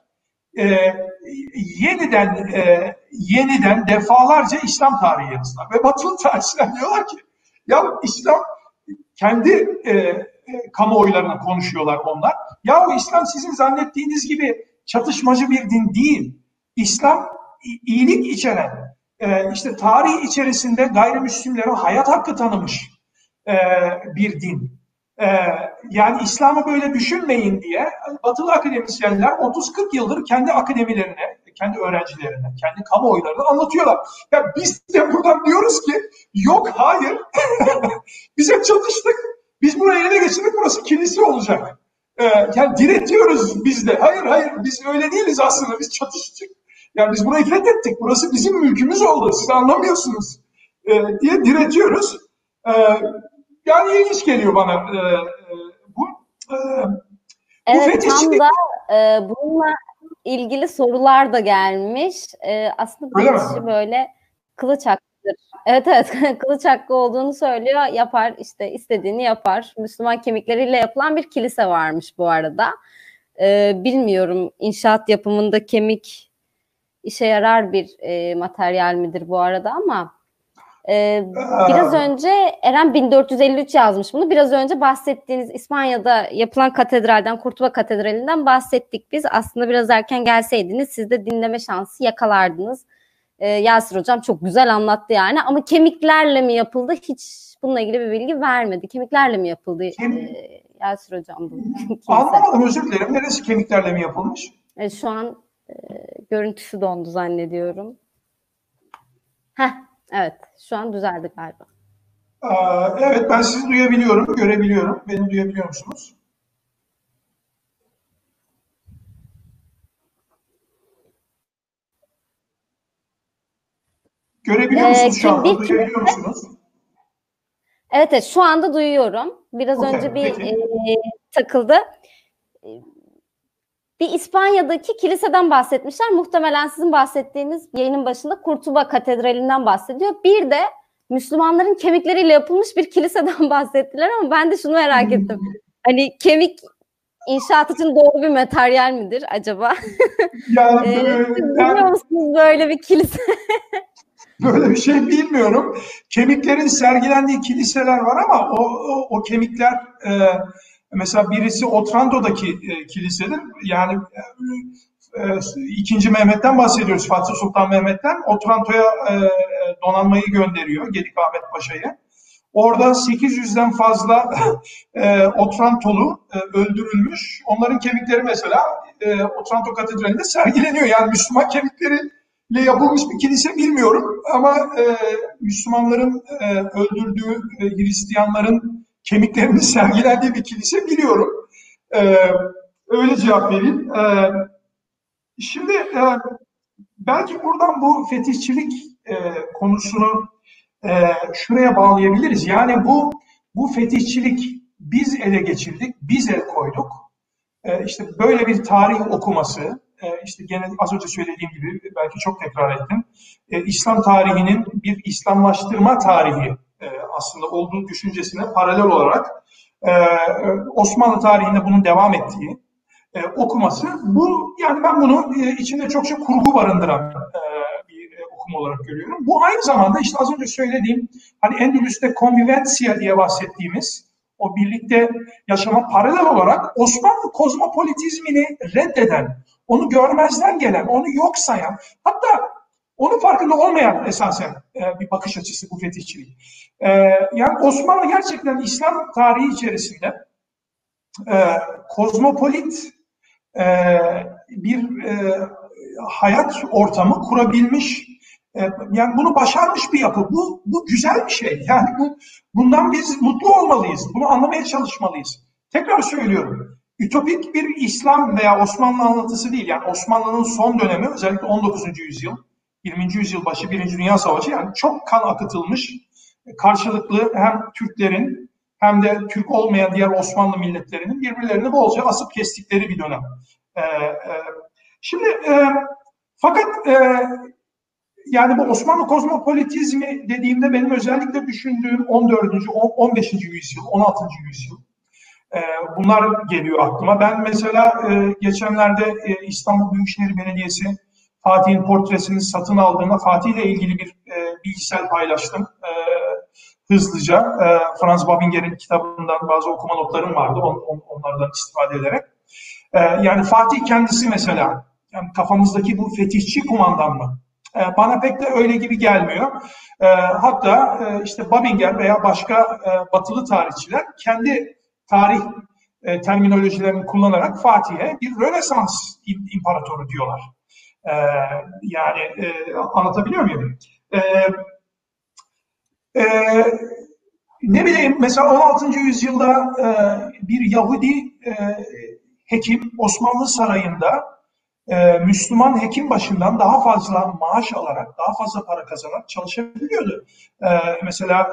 [SPEAKER 2] yeniden defalarca İslam tarihi yazdılar. Ve batılı tarihçiler diyorlar ki ya İslam kendi kamuoylarına konuşuyorlar onlar. Ya o İslam sizin zannettiğiniz gibi çatışmacı bir din değil. İslam iyilik içeren, işte tarih içerisinde gayrimüslimlere hayat hakkı tanımış bir din. Yani İslam'ı böyle düşünmeyin diye batılı akademisyenler 30-40 yıldır kendi akademilerine, kendi öğrencilerine, kendi kamuoylarına anlatıyorlar. Ya biz de buradan diyoruz ki yok, hayır, biz hep çatıştık. Biz buraya ele geçirdik, burası kilise olacak. Yani diretiyoruz biz de. Hayır, biz öyle değiliz aslında, biz çatıştık. Yani biz burayı fethettik, burası bizim mülkümüz oldu, siz anlamıyorsunuz diye diretiyoruz. E, Yani ilginç geliyor bana bu. E, Bu
[SPEAKER 1] Evet, tam
[SPEAKER 2] fetişçilik,
[SPEAKER 1] da bununla ilgili sorular da gelmiş. Aslında bir
[SPEAKER 2] öyle mi?
[SPEAKER 1] kişi böyle kılıç hakkıdır. Evet, evet, kılıç hakkı olduğunu söylüyor. Yapar, işte istediğini yapar. Müslüman kemikleriyle yapılan bir kilise varmış bu arada. Bilmiyorum, inşaat yapımında kemik işe yarar bir materyal midir bu arada, ama biraz
[SPEAKER 2] E,
[SPEAKER 1] önce Eren 1453 yazmış bunu. Biraz önce bahsettiğiniz İspanya'da yapılan katedralden, Kurtuba Katedrali'nden bahsettik biz. Aslında biraz erken gelseydiniz siz de dinleme şansı yakalardınız. Yasir Hocam çok güzel anlattı yani. Ama kemiklerle mi yapıldı? Hiç bununla ilgili bir bilgi vermedi. Kemiklerle mi yapıldı
[SPEAKER 2] Kim,
[SPEAKER 1] Yasir Hocam bu kilise?
[SPEAKER 2] anlamadım, özür dilerim. Neresi kemiklerle mi yapılmış?
[SPEAKER 1] Şu an görüntüsü dondu zannediyorum. Heh, evet, şu an düzeldi galiba.
[SPEAKER 2] Evet, ben sizi duyabiliyorum, görebiliyorum. Beni duyabiliyor musunuz? Görebiliyor musunuz şu
[SPEAKER 1] Kim
[SPEAKER 2] anda?
[SPEAKER 1] bir
[SPEAKER 2] Duyabiliyor musunuz?
[SPEAKER 1] Evet, evet, şu anda duyuyorum. Biraz
[SPEAKER 2] Okey,
[SPEAKER 1] önce bir
[SPEAKER 2] peki.
[SPEAKER 1] takıldı. E, Bir İspanya'daki kiliseden bahsetmişler. Muhtemelen sizin bahsettiğiniz yayının başında Kurtuba Katedrali'nden bahsediyor. Bir de Müslümanların kemikleriyle yapılmış bir kiliseden bahsettiler, ama ben de şunu merak ettim. Hani kemik inşaat için doğru bir materyal midir acaba?
[SPEAKER 2] Yani
[SPEAKER 1] Siz biliyor
[SPEAKER 2] ben
[SPEAKER 1] musunuz böyle bir kilise?
[SPEAKER 2] böyle bir şey bilmiyorum. Kemiklerin sergilendiği kiliseler var ama o kemikler, mesela birisi Otranto'daki kilisedir. Yani e, 2. Mehmet'ten bahsediyoruz. Fatih Sultan Mehmet'ten Otranto'ya donanmayı gönderiyor, Gedikahmet Paşa'yı. Orada 800'den fazla Otrantolu öldürülmüş. Onların kemikleri mesela Otranto Katedrali'nde sergileniyor. Yani Müslüman kemikleriyle yapılmış bir kilise bilmiyorum ama Müslümanların öldürdüğü Hristiyanların kemiklerinin sergilendiği bir kilise biliyorum. E, Öyle cevap vereyim. Şimdi belki buradan bu fetişçilik konusunu şuraya bağlayabiliriz. Yani bu fetişçilik, biz ele geçirdik, biz el koyduk. İşte böyle bir tarih okuması, işte gene az önce söylediğim gibi, belki çok tekrar ettim. İslam tarihinin bir İslamlaştırma tarihi aslında olduğu düşüncesine paralel olarak e, Osmanlı tarihinde bunun devam ettiği okuması. Bu, yani ben bunu içinde çokça kurgu barındıran bir okuma olarak görüyorum. Bu aynı zamanda işte az önce söylediğim, hani Endülüs'te konvivensiya diye bahsettiğimiz o birlikte yaşama paralel olarak Osmanlı kozmopolitizmini reddeden, onu görmezden gelen, onu yok sayan, hatta onun farkında olmayan esasen bir bakış açısı bu fetihçilik. Yani Osmanlı gerçekten İslam tarihi içerisinde kozmopolit e, bir hayat ortamı kurabilmiş, yani bunu başarmış bir yapı. Bu güzel bir şey. Yani bundan biz mutlu olmalıyız. Bunu anlamaya çalışmalıyız. Tekrar söylüyorum. Ütopik bir İslam veya Osmanlı anlatısı değil. Yani Osmanlı'nın son dönemi, özellikle 19. yüzyıl, 20. yüzyıl başı, Birinci Dünya Savaşı, yani çok kan akıtılmış, karşılıklı hem Türklerin hem de Türk olmayan diğer Osmanlı milletlerinin birbirlerini bolca asıp kestikleri bir dönem. Şimdi fakat yani bu Osmanlı kozmopolitizmi dediğimde benim özellikle düşündüğüm 14. 15. yüzyıl, 16. yüzyıl. Bunlar geliyor aklıma. Ben mesela geçenlerde İstanbul Büyükşehir Belediyesi Fatih'in portresini satın aldığında Fatih ile ilgili bir bilgisel paylaştım. Hızlıca Franz Babinger'in kitabından bazı okuma notlarım vardı. Onlardan istifade ederek. Yani Fatih kendisi mesela, yani kafamızdaki bu fetihçi kumandan mı? Bana pek de öyle gibi gelmiyor. Hatta işte Babinger veya başka batılı tarihçiler kendi tarih terminolojilerini kullanarak Fatih'e bir Rönesans imparatoru diyorlar. E, Yani anlatabiliyor muyum? E, e, Ne bileyim, mesela 16. yüzyılda bir Yahudi hekim Osmanlı sarayında Müslüman hekim başından daha fazla maaş alarak, daha fazla para kazanarak çalışabiliyordu. Mesela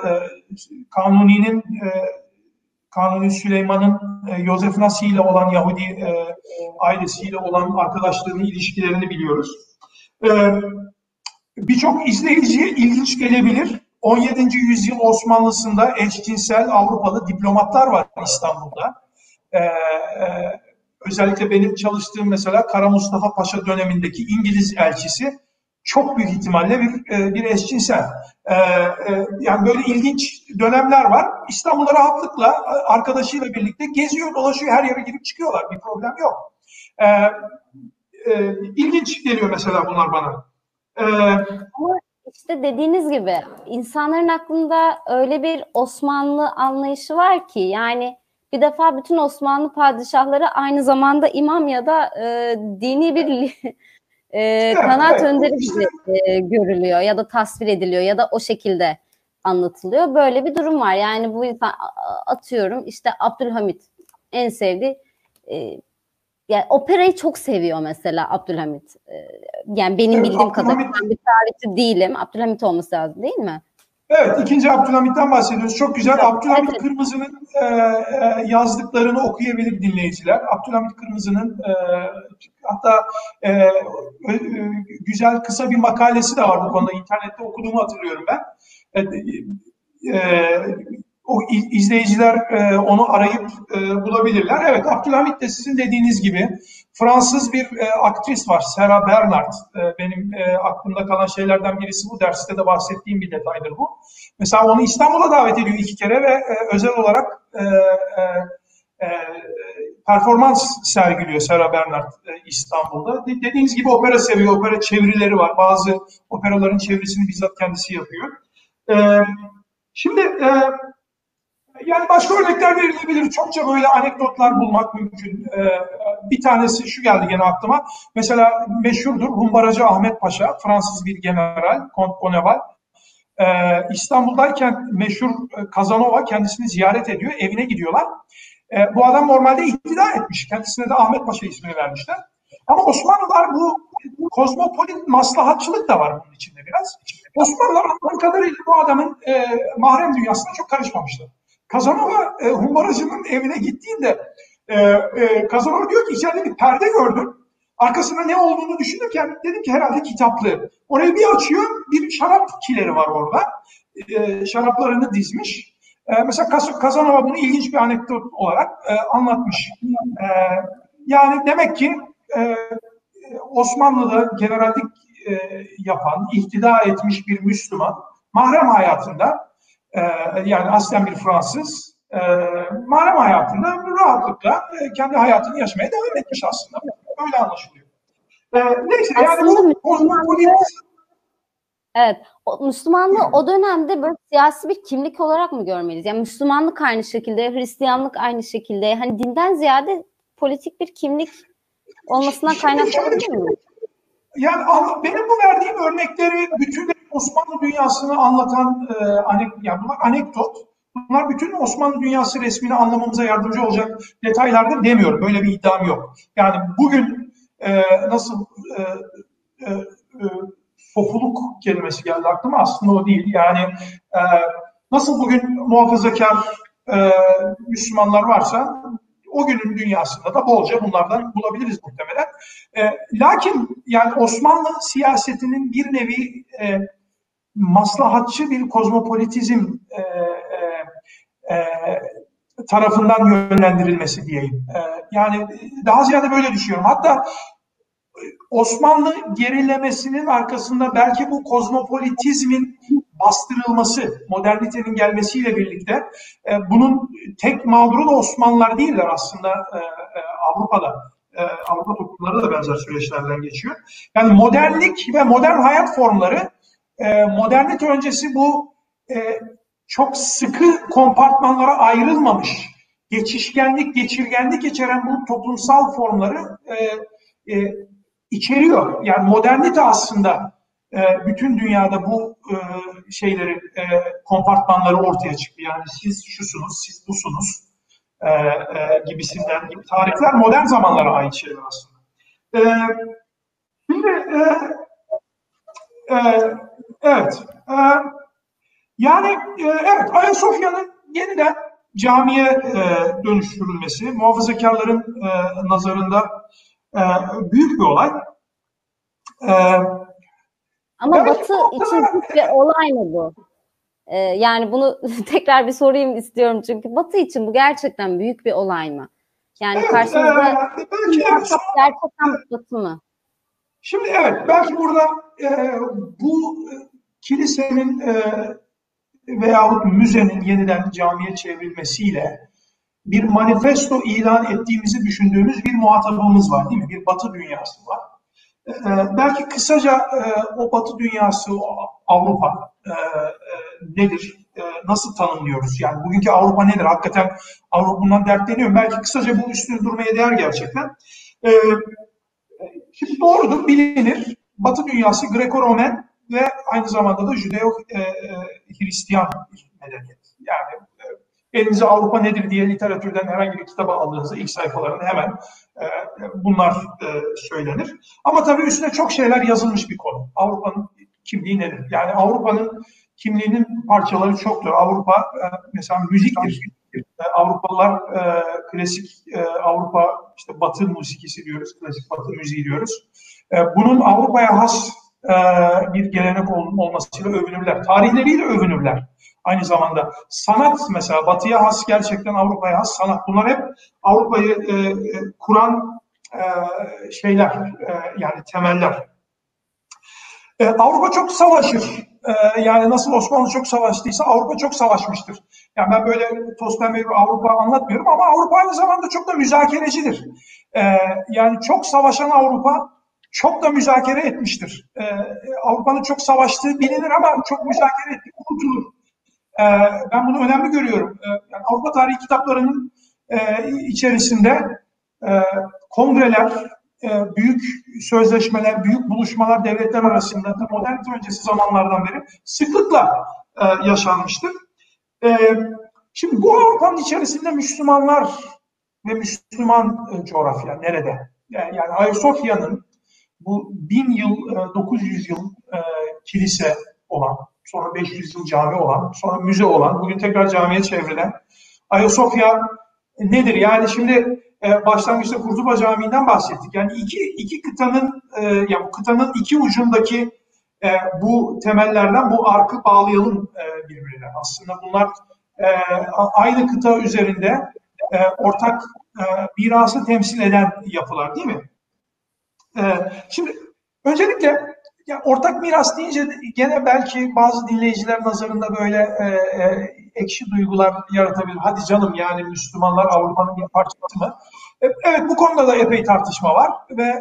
[SPEAKER 2] Kanuni Süleyman'ın Yosef Nasi ile olan Yahudi ailesiyle olan arkadaşlarının ilişkilerini biliyoruz. Birçok izleyiciye ilginç gelebilir. 17. yüzyıl Osmanlısında eşcinsel Avrupalı diplomatlar var İstanbul'da. Özellikle benim çalıştığım mesela Kara Mustafa Paşa dönemindeki İngiliz elçisi çok büyük ihtimalle bir eşcinsel. Yani böyle ilginç dönemler var. İstanbul'da rahatlıkla arkadaşıyla birlikte geziyor, dolaşıyor, her yere girip çıkıyorlar. Bir problem yok. İlginç geliyor mesela bunlar bana.
[SPEAKER 1] Ama işte dediğiniz gibi insanların aklında öyle bir Osmanlı anlayışı var ki, yani bir defa bütün Osmanlı padişahları aynı zamanda imam ya da dini bir kanaat önderi gibi görülüyor ya da tasvir ediliyor ya da o şekilde anlatılıyor. Böyle bir durum var. Yani bu insan, atıyorum işte Abdülhamit en sevdiği yani operayı çok seviyor mesela Abdülhamit. Yani benim
[SPEAKER 2] Evet,
[SPEAKER 1] bildiğim kadarıyla, ben bir tarihçi değilim. Abdülhamit olması lazım değil mi?
[SPEAKER 2] Evet, ikinci Abdülhamit'ten bahsediyoruz. Çok güzel.
[SPEAKER 1] Evet,
[SPEAKER 2] Abdülhamit
[SPEAKER 1] evet.
[SPEAKER 2] Kırmızı'nın yazdıklarını okuyabilir dinleyiciler. Abdülhamit Kırmızı'nın hatta güzel kısa bir makalesi de var bu konuda. İnternette okuduğumu hatırlıyorum ben. O izleyiciler onu arayıp bulabilirler. Evet, Abdülhamit de sizin dediğiniz gibi Fransız bir aktris var, Sarah Bernhardt. Benim aklımda kalan şeylerden birisi bu. Derste de bahsettiğim bir detaydır bu. Mesela onu İstanbul'a davet ediyor 2 kere ve özel olarak performans sergiliyor Sarah Bernhardt İstanbul'da. Dediğiniz gibi opera seviyor, opera çevirileri var. Bazı operaların çevirisini bizzat kendisi yapıyor. Şimdi yani başka örnekler verilebilir. Çokça böyle anekdotlar bulmak mümkün. Bir tanesi şu geldi gene aklıma. Mesela meşhurdur Humbaracı Ahmet Paşa, Fransız bir general, Kont Bonneval. İstanbul'dayken meşhur Casanova kendisini ziyaret ediyor, evine gidiyorlar. Bu adam normalde iktidar etmiş. Kendisine de Ahmet Paşa ismini vermişler. Ama Osmanlılar bu kozmopolit maslahatçılık da var bunun içinde biraz. Osmanlılar anladığım kadarıyla bu adamın mahrem dünyasına çok karışmamışlar. Casanova Humbaracı'nın evine gittiğinde Casanova diyor ki içeride bir perde gördüm. Arkasında ne olduğunu düşünürken dedim ki herhalde kitaplı. Orayı bir açıyor, bir şarap kileri var orada. Şaraplarını dizmiş. Mesela Casanova bunu ilginç bir anekdot olarak anlatmış. Yani demek ki Osmanlı'da generallik yapan, ihtida etmiş bir Müslüman mahrem hayatında yani aslen bir Fransız mahrem hayatında rahatlıkla kendi hayatını yaşamaya devam etmiş aslında. Öyle anlaşılıyor. Neyse yani bu kozmopolit.
[SPEAKER 1] Evet, Müslümanlığı o dönemde böyle siyasi bir kimlik olarak mı görmeliyiz? Yani Müslümanlık aynı şekilde, Hristiyanlık aynı şekilde. Hani dinden ziyade politik bir kimlik olmasından kaynaklanabilir mi?
[SPEAKER 2] Yani benim bu verdiğim örnekleri bütün Osmanlı dünyasını anlatan yani bunlar anekdot. Bunlar bütün Osmanlı dünyası resmini anlamamıza yardımcı olacak detaylardır demiyorum. Böyle bir iddiam yok. Yani bugün nasıl sofuluk kelimesi geldi aklıma, aslında o değil. Yani nasıl bugün muhafazakar Müslümanlar varsa o günün dünyasında da bolca bunlardan bulabiliriz muhtemelen. Lakin yani Osmanlı siyasetinin bir nevi maslahatçı bir kozmopolitizm tarafından yönlendirilmesi diyeyim. Yani daha ziyade böyle düşünüyorum. Hatta Osmanlı gerilemesinin arkasında belki bu kozmopolitizmin bastırılması, modernitenin gelmesiyle birlikte bunun tek mağduru da Osmanlılar değiller aslında Avrupa'da. Avrupa toplumları da benzer süreçlerden geçiyor. Yani modernlik ve modern hayat formları modernite öncesi bu çok sıkı kompartmanlara ayrılmamış, geçişkenlik, geçirgenlik geçiren bu toplumsal formları içeriyor. Yani modernite aslında bütün dünyada bu şeyleri, kompartmanları ortaya çıktı. Yani siz şusunuz, siz busunuz gibisinden gibi tarifler modern zamanlara ait şeyler aslında. Şimdi evet. Yani evet, Ayasofya'nın yeniden camiye dönüştürülmesi muhafazakarların nazarında büyük bir olay.
[SPEAKER 1] Ama Batı için büyük bir olay mı bu? Yani bunu tekrar bir sorayım istiyorum çünkü Batı için bu gerçekten büyük bir olay mı? Yani
[SPEAKER 2] evet,
[SPEAKER 1] karşımızda
[SPEAKER 2] belki
[SPEAKER 1] muhatap gerçekten Batı mı?
[SPEAKER 2] Şimdi evet, belki burada bu kilisenin veyahut müzenin yeniden camiye çevrilmesiyle bir manifesto ilan ettiğimizi düşündüğümüz bir muhatabımız var, değil mi? Bir Batı dünyası var. Belki kısaca o Batı dünyası, o Avrupa nedir? Nasıl tanımlıyoruz? Yani bugünkü Avrupa nedir? Hakikaten Avrupa bundan dertleniyor. Belki kısaca bu üstüne durmaya değer gerçekten. Şimdi doğrudur, bilinir. Batı dünyası Greko-Romen ve aynı zamanda da Judeo-Hristiyan bir medeniyet. Yani elinize Avrupa nedir diye literatürden herhangi bir kitaba aldığınızda ilk sayfalarında hemen bunlar söylenir. Ama tabii üstüne çok şeyler yazılmış bir konu. Avrupa'nın kimliği nedir? Yani Avrupa'nın kimliğinin parçaları çoktur. Avrupa mesela müziktir. Avrupalılar klasik Avrupa, işte Batı musikisi diyoruz, klasik Batı müziği diyoruz. Bunun Avrupa'ya has bir gelenek olmasıyla övünürler. Tarihleriyle övünürler. Aynı zamanda sanat, mesela Batı'ya has, gerçekten Avrupa'ya has sanat. Bunlar hep Avrupa'yı kuran şeyler, yani temeller. Avrupa çok savaşır. Yani nasıl Osmanlı çok savaştıysa Avrupa çok savaşmıştır. Yani ben böyle toz pembe bir Avrupa anlatmıyorum ama Avrupa aynı zamanda çok da müzakerecidir. Yani çok savaşan Avrupa çok da müzakere etmiştir. Avrupa'nın çok savaştığı bilinir ama çok müzakere ettiği unutulur. Ben bunu önemli görüyorum. Yani Avrupa tarihi kitaplarının içerisinde kongreler, büyük sözleşmeler, büyük buluşmalar devletler arasında modernite öncesi zamanlardan beri sıklıkla yaşanmıştır. Şimdi bu Avrupa'nın içerisinde Müslümanlar ve Müslüman coğrafya nerede? Yani Ayasofya'nın bu 1000 yıl, 900 yıl kilise olan, sonra 500 yıl cami olan, sonra müze olan, bugün tekrar camiye çevrilen Ayasofya nedir? Yani şimdi başlangıçta Kurtuba Camii'nden bahsettik. Yani iki kıtanın, yani kıtanın iki ucundaki bu temellerden bu arkı bağlayalım birbirine. Aslında bunlar aynı kıta üzerinde ortak mirası temsil eden yapılar, değil mi? Şimdi öncelikle ya ortak miras deyince gene belki bazı dinleyiciler nazarında böyle ekşi duygular yaratabilir. Hadi canım, yani Müslümanlar Avrupa'nın bir parçası mı? Evet, bu konuda da epey tartışma var ve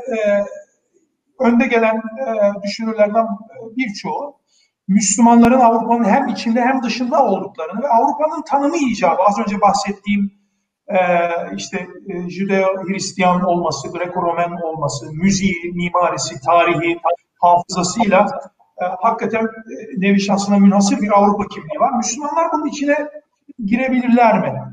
[SPEAKER 2] önde gelen düşünürlerden birçoğu Müslümanların Avrupa'nın hem içinde hem dışında olduklarını ve Avrupa'nın tanımı icabı, az önce bahsettiğim işte Judeo-Hristiyan olması, Greko-Romen olması, müziği, mimarisi, tarihi, hafızasıyla hakikaten nevi şahsına münhasır bir Avrupa kimliği var. Müslümanlar bunun içine girebilirler mi?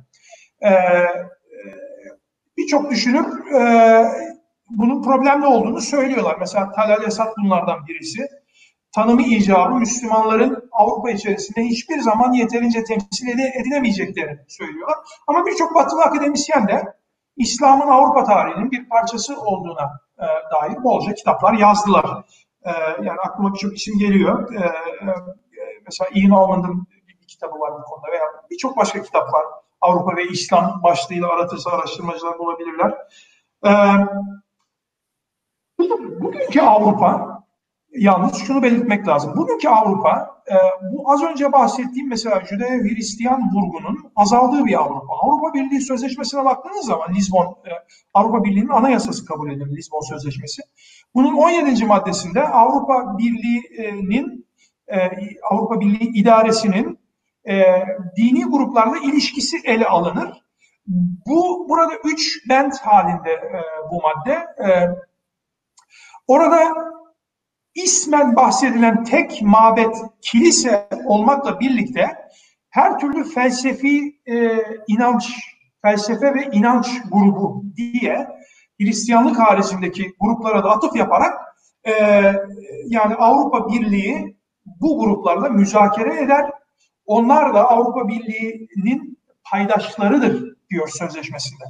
[SPEAKER 2] Birçok düşünür bunun problemli olduğunu söylüyorlar. Mesela Talal Esat bunlardan birisi. Tanımı icabı Müslümanların Avrupa içerisinde hiçbir zaman yeterince temsil edilemeyeceklerini söylüyorlar. Ama birçok batılı akademisyen de İslam'ın Avrupa tarihinin bir parçası olduğuna dair bolca kitaplar yazdılar. Yani aklıma birçok isim geliyor. Mesela Ian Almond'ın bir kitabı var bu konuda veya birçok başka kitap var. Avrupa ve İslam başlığıyla aratırsa araştırmacılar bulabilirler. Bugünkü Avrupa, yalnız şunu belirtmek lazım. Bugünkü Avrupa, bu az önce bahsettiğim mesela Judeo-Hristiyan vurgunun azaldığı bir Avrupa. Avrupa Birliği Sözleşmesi'ne baktığınız zaman Lizbon, Avrupa Birliği'nin anayasası kabul edilir, Lizbon Sözleşmesi. Bunun 17. maddesinde Avrupa Birliği'nin, Avrupa Birliği idaresinin dini gruplarla ilişkisi ele alınır. Burada 3 bent halinde bu madde. Orada ismen bahsedilen tek mabet kilise olmakla birlikte her türlü felsefi inanç, felsefe ve inanç grubu diye Hristiyanlık haricindeki gruplara da atıf yaparak e, yani Avrupa Birliği bu gruplarla müzakere eder. Onlar da Avrupa Birliği'nin paydaşlarıdır diyor sözleşmesinde.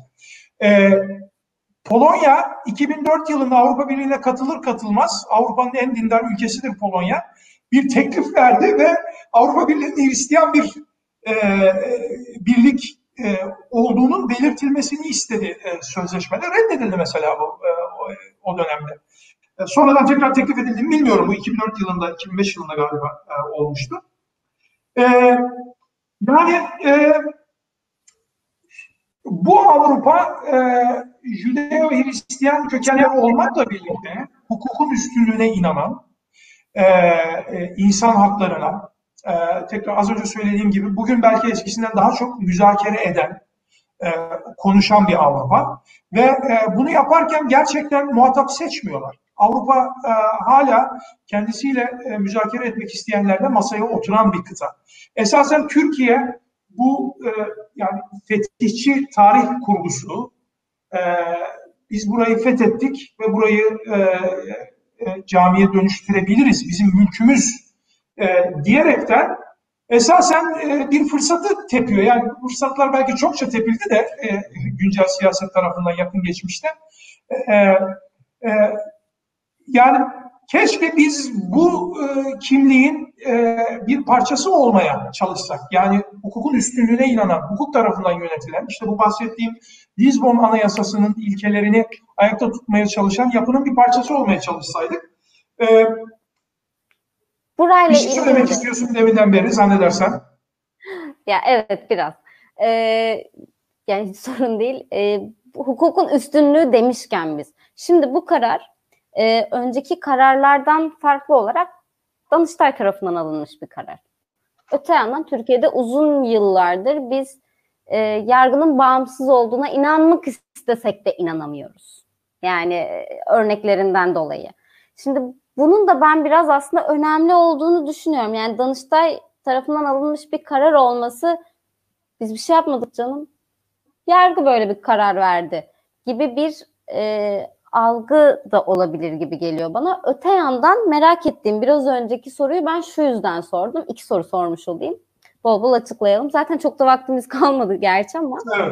[SPEAKER 2] Polonya 2004 yılında Avrupa Birliği'ne katılır katılmaz, Avrupa'nın en dindar ülkesidir Polonya, bir teklif verdi ve Avrupa Birliği'ni Hristiyan bir birlik olduğunun belirtilmesini istedi sözleşmede. Reddedildi mesela o dönemde. Sonradan tekrar teklif edildi mi bilmiyorum. Bu 2004 yılında, 2005 yılında galiba olmuştu. Yani bu Avrupa Judeo-Hristiyan kökenleri olmakla birlikte hukukun üstünlüğüne inanan, insan haklarına, tekrar az önce söylediğim gibi bugün belki eskisinden daha çok müzakere eden, konuşan bir Avrupa ve bunu yaparken gerçekten muhatap seçmiyorlar. Avrupa hala kendisiyle müzakere etmek isteyenlerle masaya oturan bir kıta. Esasen Türkiye bu yani fetihçi tarih kurgusu, biz burayı fethettik ve burayı camiye dönüştürebiliriz, bizim mülkümüz diyerekten esasen bir fırsatı tepiyor. Yani fırsatlar belki çokça tepildi de güncel siyaset tarafından yakın geçmişte. Yani keşke biz bu kimliğin bir parçası olmaya çalışsak. Yani hukukun üstünlüğüne inanan, hukuk tarafından yönetilen, işte bu bahsettiğim Lizbon Anayasası'nın ilkelerini ayakta tutmaya çalışan yapının bir parçası olmaya çalışsaydık.
[SPEAKER 1] Burayla
[SPEAKER 2] bir şey söylemek istiyorsun deminden beri zannedersen.
[SPEAKER 1] Ya evet biraz. Yani hiç sorun değil. Hukukun üstünlüğü demişken biz. Şimdi bu karar önceki kararlardan farklı olarak Danıştay tarafından alınmış bir karar. Öte yandan Türkiye'de uzun yıllardır biz yargının bağımsız olduğuna inanmak istesek de inanamıyoruz. Yani örneklerinden dolayı. Şimdi bunun da ben biraz aslında önemli olduğunu düşünüyorum. Yani Danıştay tarafından alınmış bir karar olması, biz bir şey yapmadık canım, yargı böyle bir karar verdi gibi bir algı da olabilir gibi geliyor bana. Öte yandan merak ettiğim biraz önceki soruyu ben şu yüzden sordum. 2 soru sormuş olayım. Bol bol açıklayalım. Zaten çok da vaktimiz kalmadı gerçi ama.
[SPEAKER 2] Evet.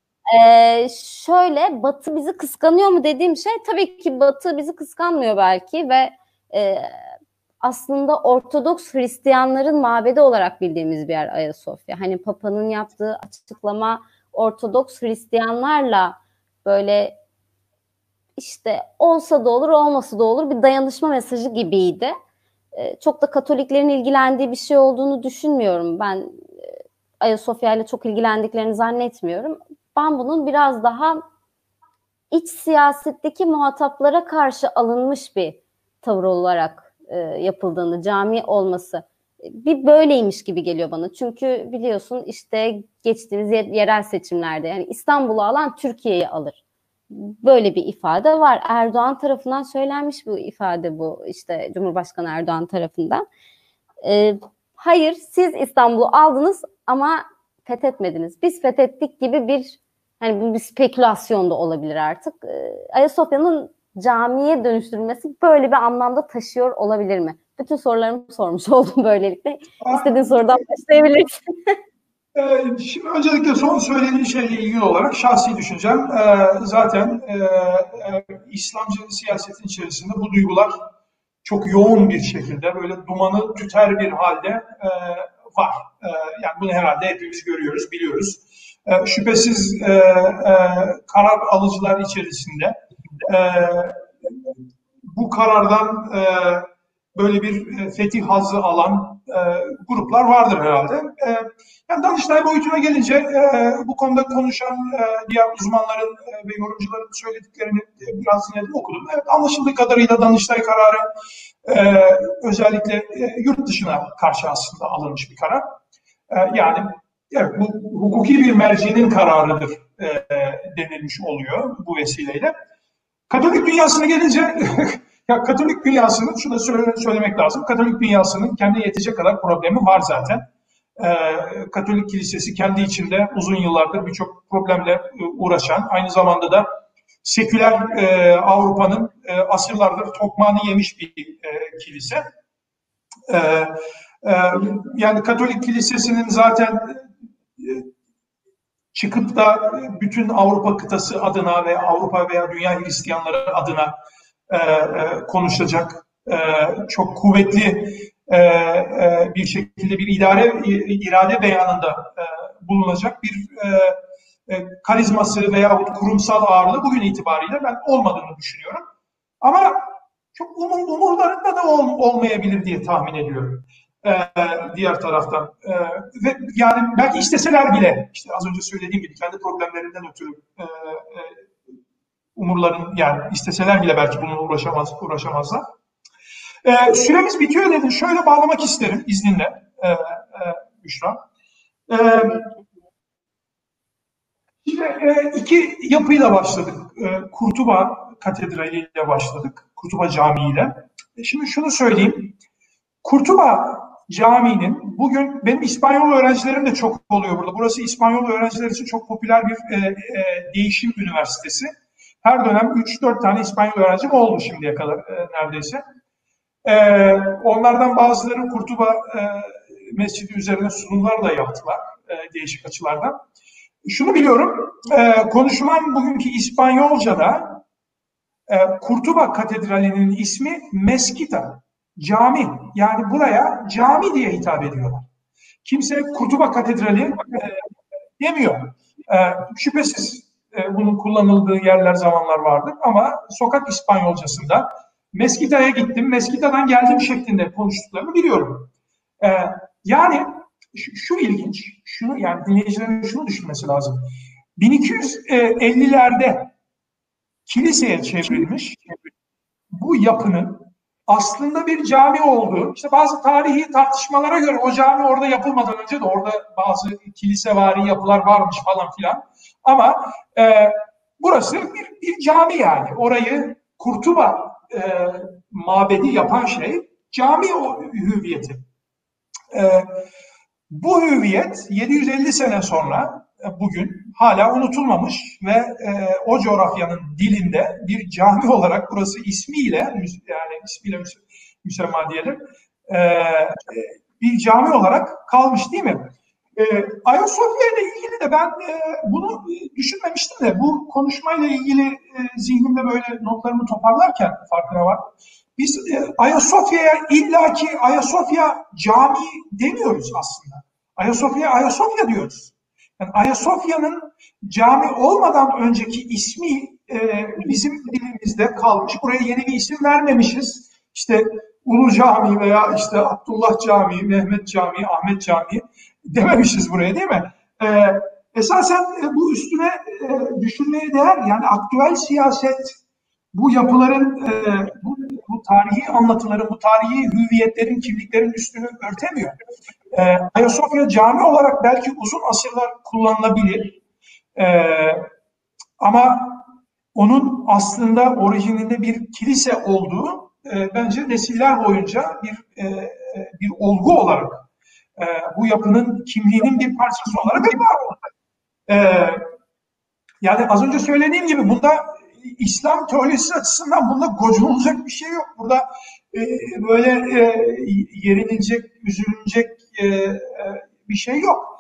[SPEAKER 1] Şöyle, Batı bizi kıskanıyor mu dediğim şey, tabii ki Batı bizi kıskanmıyor belki ve aslında Ortodoks Hristiyanların mabedi olarak bildiğimiz bir yer Ayasofya. Hani Papa'nın yaptığı açıklama Ortodoks Hristiyanlarla böyle işte olsa da olur olmasa da olur bir dayanışma mesajı gibiydi. Çok da Katoliklerin ilgilendiği bir şey olduğunu düşünmüyorum. Ben Ayasofya ile çok ilgilendiklerini zannetmiyorum. Ben bunun biraz daha iç siyasetteki muhataplara karşı alınmış bir tavır olarak yapıldığını, cami olması bir böyleymiş gibi geliyor bana. Çünkü biliyorsun işte geçtiğimiz yerel seçimlerde yani İstanbul'u alan Türkiye'yi alır. Böyle bir ifade var. Erdoğan tarafından söylenmiş bu ifade, bu işte Cumhurbaşkanı Erdoğan tarafından. Hayır, siz İstanbul'u aldınız ama fethetmediniz. Biz fethettik gibi bir, hani bu bir spekülasyon da olabilir artık. Ayasofya'nın camiye dönüştürülmesi böyle bir anlamda taşıyor olabilir mi? Bütün sorularımı sormuş oldum böylelikle. İstediğin sorudan başlayabilirsin.
[SPEAKER 2] Şimdi öncelikle son söylediğin şeyle ilgili olarak şahsi düşüncem, zaten İslamcı siyasetin içerisinde bu duygular çok yoğun bir şekilde böyle dumanı tüter bir halde var. Yani bunu herhalde hepimiz görüyoruz, biliyoruz. Şüphesiz karar alıcılar içerisinde bu karardan böyle bir fetih hazzı alan gruplar vardır herhalde. Yani Danıştay boyutuna gelince bu konuda konuşan diğer uzmanların ve yorumcuların söylediklerini biraz yine de okudum. Evet, anlaşıldığı kadarıyla Danıştay kararı özellikle yurt dışına karşı aslında alınmış bir karar. Yani evet, bu hukuki bir mercinin kararıdır denilmiş oluyor bu vesileyle. Katolik dünyasına gelince ya Katolik dünyasının, şunu da söylemek lazım, Katolik dünyasının kendi yetecek kadar problemi var zaten. Katolik Kilisesi kendi içinde uzun yıllardır birçok problemle uğraşan, aynı zamanda da seküler Avrupa'nın asırlardır tokmağını yemiş bir kilise. E, Yani Katolik Kilisesi'nin zaten çıkıp da bütün Avrupa kıtası adına ve Avrupa veya dünya Hristiyanları adına konuşacak çok kuvvetli bir şekilde bir irade beyanında bulunacak bir karizması veyahut kurumsal ağırlığı bugün itibariyle ben olmadığını düşünüyorum. Ama çok umurlarında da olmayabilir diye tahmin ediyorum. Diğer taraftan. Ve yani belki isteseler bile, işte az önce söylediğim gibi kendi problemlerinden ötürü umurların, yani isteseler bile belki bununla uğraşamazlar. Süremiz bitiyor dedim. Şöyle bağlamak isterim izninle Büşra. Şimdi iki yapıyla başladık. Kurtuba Katedrali ile başladık. Kurtuba Camii ile. Şimdi şunu söyleyeyim. Kurtuba Camii'nin bugün benim İspanyol öğrencilerim de çok oluyor burada. Burası İspanyol öğrenciler için çok popüler bir değişim üniversitesi. Her dönem 3-4 tane İspanyol öğrencim oldu şimdiye kadar neredeyse. Onlardan bazıları Kurtuba Mescidi üzerine sunumlar da yaptılar değişik açılardan. Şunu biliyorum, konuşmam bugünkü İspanyolca'da Kurtuba Katedrali'nin ismi Meskita, cami. Yani buraya cami diye hitap ediyorlar. Kimse Kurtuba Katedrali demiyor. Şüphesiz bunun kullanıldığı yerler, zamanlar vardır ama sokak İspanyolcasında Meskita'ya gittim, Meskita'dan geldim şeklinde konuştuklarını biliyorum. Yani şu ilginç, şunu yani dinleyicilerin şunu düşünmesi lazım. 1250'lerde kiliseye çevrilmiş bu yapının aslında bir cami olduğu, işte bazı tarihi tartışmalara göre o cami orada yapılmadan önce de orada bazı kilisevari yapılar varmış falan filan. Ama burası bir cami yani. Orayı Kurtuba mabedi yapan şey cami hüviyeti. Bu hüviyet 750 sene sonra bugün hala unutulmamış ve o coğrafyanın dilinde bir cami olarak burası ismiyle müsemma diyelim bir cami olarak kalmış değil mi? Ayasofya ile ilgili de ben bunu düşünmemiştim de bu konuşmayla ilgili zihnimde böyle notlarımı toparlarken farkına vardım. Biz Ayasofya'ya illaki Ayasofya Camii demiyoruz aslında. Ayasofya diyoruz. Yani Ayasofya'nın cami olmadan önceki ismi bizim dilimizde kalmış. Buraya yeni bir isim vermemişiz. İşte Ulu Cami veya işte Abdullah Camii, Mehmet Camii, Ahmet Camii dememişiz buraya değil mi? Esasen bu üstüne düşünmeye değer. Yani aktüel siyaset bu yapıların, bu tarihi anlatıların, bu tarihi hüviyetlerin, kimliklerin üstünü örtemiyor. Ayasofya cami olarak belki uzun asırlar kullanılabilir. Ama onun aslında orijininde bir kilise olduğu bence nesiller boyunca bir olgu olarak bu yapının kimliğinin bir parçası olarak hep var oldu. Yani az önce söylediğim gibi bunda İslam teolojisi açısından bunda gocunulacak bir şey yok. Burada böyle yerilecek, üzülünecek bir şey yok.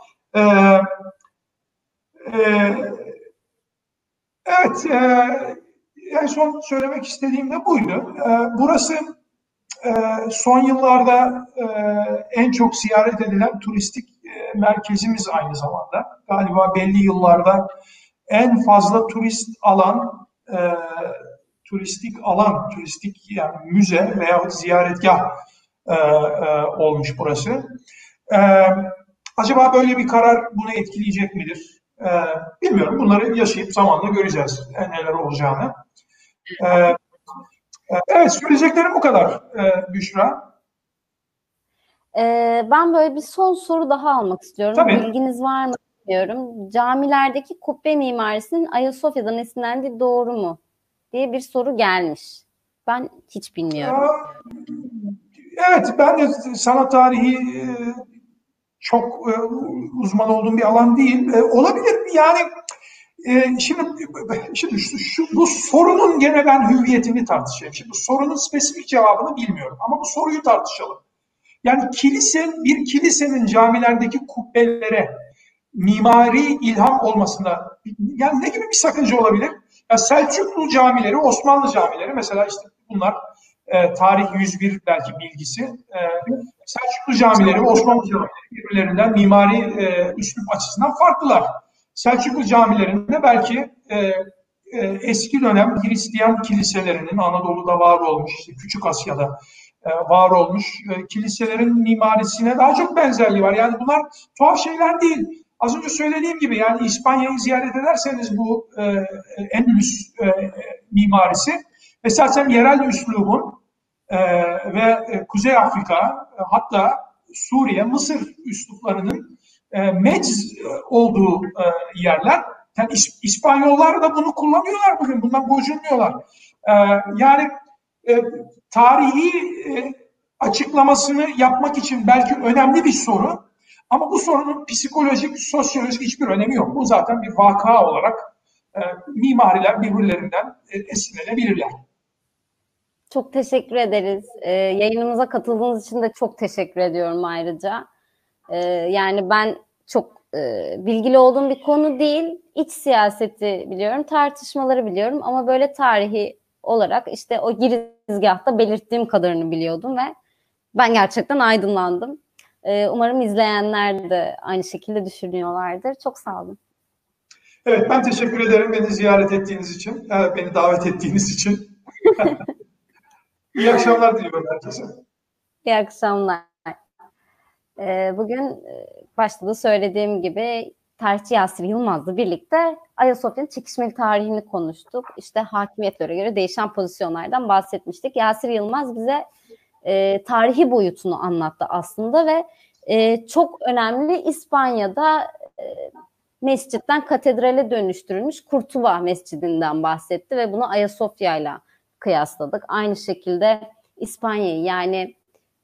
[SPEAKER 2] Evet, en son söylemek istediğim de buydu. Burası son yıllarda en çok ziyaret edilen turistik merkezimiz aynı zamanda. Galiba belli yıllarda en fazla turistik yani müze veya ziyaretgah olmuş burası. Acaba böyle bir karar bunu etkileyecek midir? Bilmiyorum. Bunları yaşayıp zamanla göreceğiz neler olacağını. Evet, söyleyeceklerim bu kadar Büşra.
[SPEAKER 1] Ben böyle bir son soru daha almak istiyorum.
[SPEAKER 2] Tabii.
[SPEAKER 1] Bilginiz var mı bilmiyorum. Camilerdeki kubbe mimarisinin Ayasofya'dan esinlendiği doğru mu diye bir soru gelmiş. Ben hiç bilmiyorum.
[SPEAKER 2] Evet, ben de sanat tarihi çok uzman olduğum bir alan değil. Olabilir mi? Yani Şimdi bu sorunun gene ben hüviyetini tartışayım. Şimdi bu sorunun spesifik cevabını bilmiyorum ama bu soruyu tartışalım. Yani bir kilisenin camilerdeki kubbelere mimari ilham olmasında yani ne gibi bir sakınca olabilir? Ya Selçuklu camileri, Osmanlı camileri mesela işte bunlar tarih 101 belki bilgisi. Selçuklu camileri ve Osmanlı camileri birbirlerinden mimari üslup açısından farklılar. Selçuklu camilerinde belki eski dönem Hristiyan kiliselerinin Anadolu'da var olmuş, işte Küçük Asya'da var olmuş kiliselerin mimarisine daha çok benzerliği var. Yani bunlar tuhaf şeyler değil. Az önce söylediğim gibi yani İspanya'yı ziyaret ederseniz bu Endülüs mimarisi esasen yerel üslubun ve Kuzey Afrika hatta Suriye, Mısır üsluplarının mecz olduğu yerler. Yani İspanyollar da bunu kullanıyorlar bugün. Bundan gocunmuyorlar. Yani tarihi açıklamasını yapmak için belki önemli bir soru ama bu sorunun psikolojik, sosyolojik hiçbir önemi yok. Bu zaten bir vaka olarak mimariler birbirlerinden esinlenebilirler.
[SPEAKER 1] Çok teşekkür ederiz. Yayınımıza katıldığınız için de çok teşekkür ediyorum ayrıca. Yani ben çok bilgili olduğum bir konu değil. İç siyaseti biliyorum, tartışmaları biliyorum ama böyle tarihi olarak işte o girizgahta belirttiğim kadarını biliyordum ve ben gerçekten aydınlandım. Umarım izleyenler de aynı şekilde düşünüyorlardır. Çok sağ olun.
[SPEAKER 2] Evet, ben teşekkür ederim beni ziyaret ettiğiniz için, beni davet ettiğiniz için. İyi akşamlar diliyorum herkese.
[SPEAKER 1] İyi akşamlar. Bugün başta da söylediğim gibi tarihçi Yasir Yılmaz'la birlikte Ayasofya'nın çekişmeli tarihini konuştuk. İşte hakimiyetlere göre değişen pozisyonlardan bahsetmiştik. Yasir Yılmaz bize tarihi boyutunu anlattı aslında ve çok önemli İspanya'da mescitten katedrale dönüştürülmüş Kurtuba Mescidi'nden bahsetti ve bunu Ayasofya'yla kıyasladık. Aynı şekilde İspanya'yı yani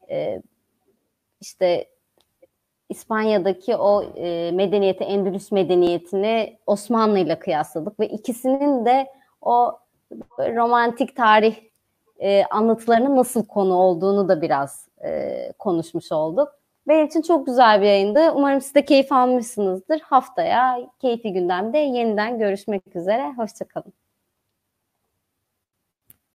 [SPEAKER 1] işte İspanya'daki o medeniyeti, Endülüs medeniyetini Osmanlı'yla kıyasladık ve ikisinin de o romantik tarih anlatılarının nasıl konu olduğunu da biraz konuşmuş olduk. Benim için çok güzel bir yayındı. Umarım siz de keyif almışsınızdır. Haftaya Keyfi Gündem'de yeniden görüşmek üzere. Hoşça kalın.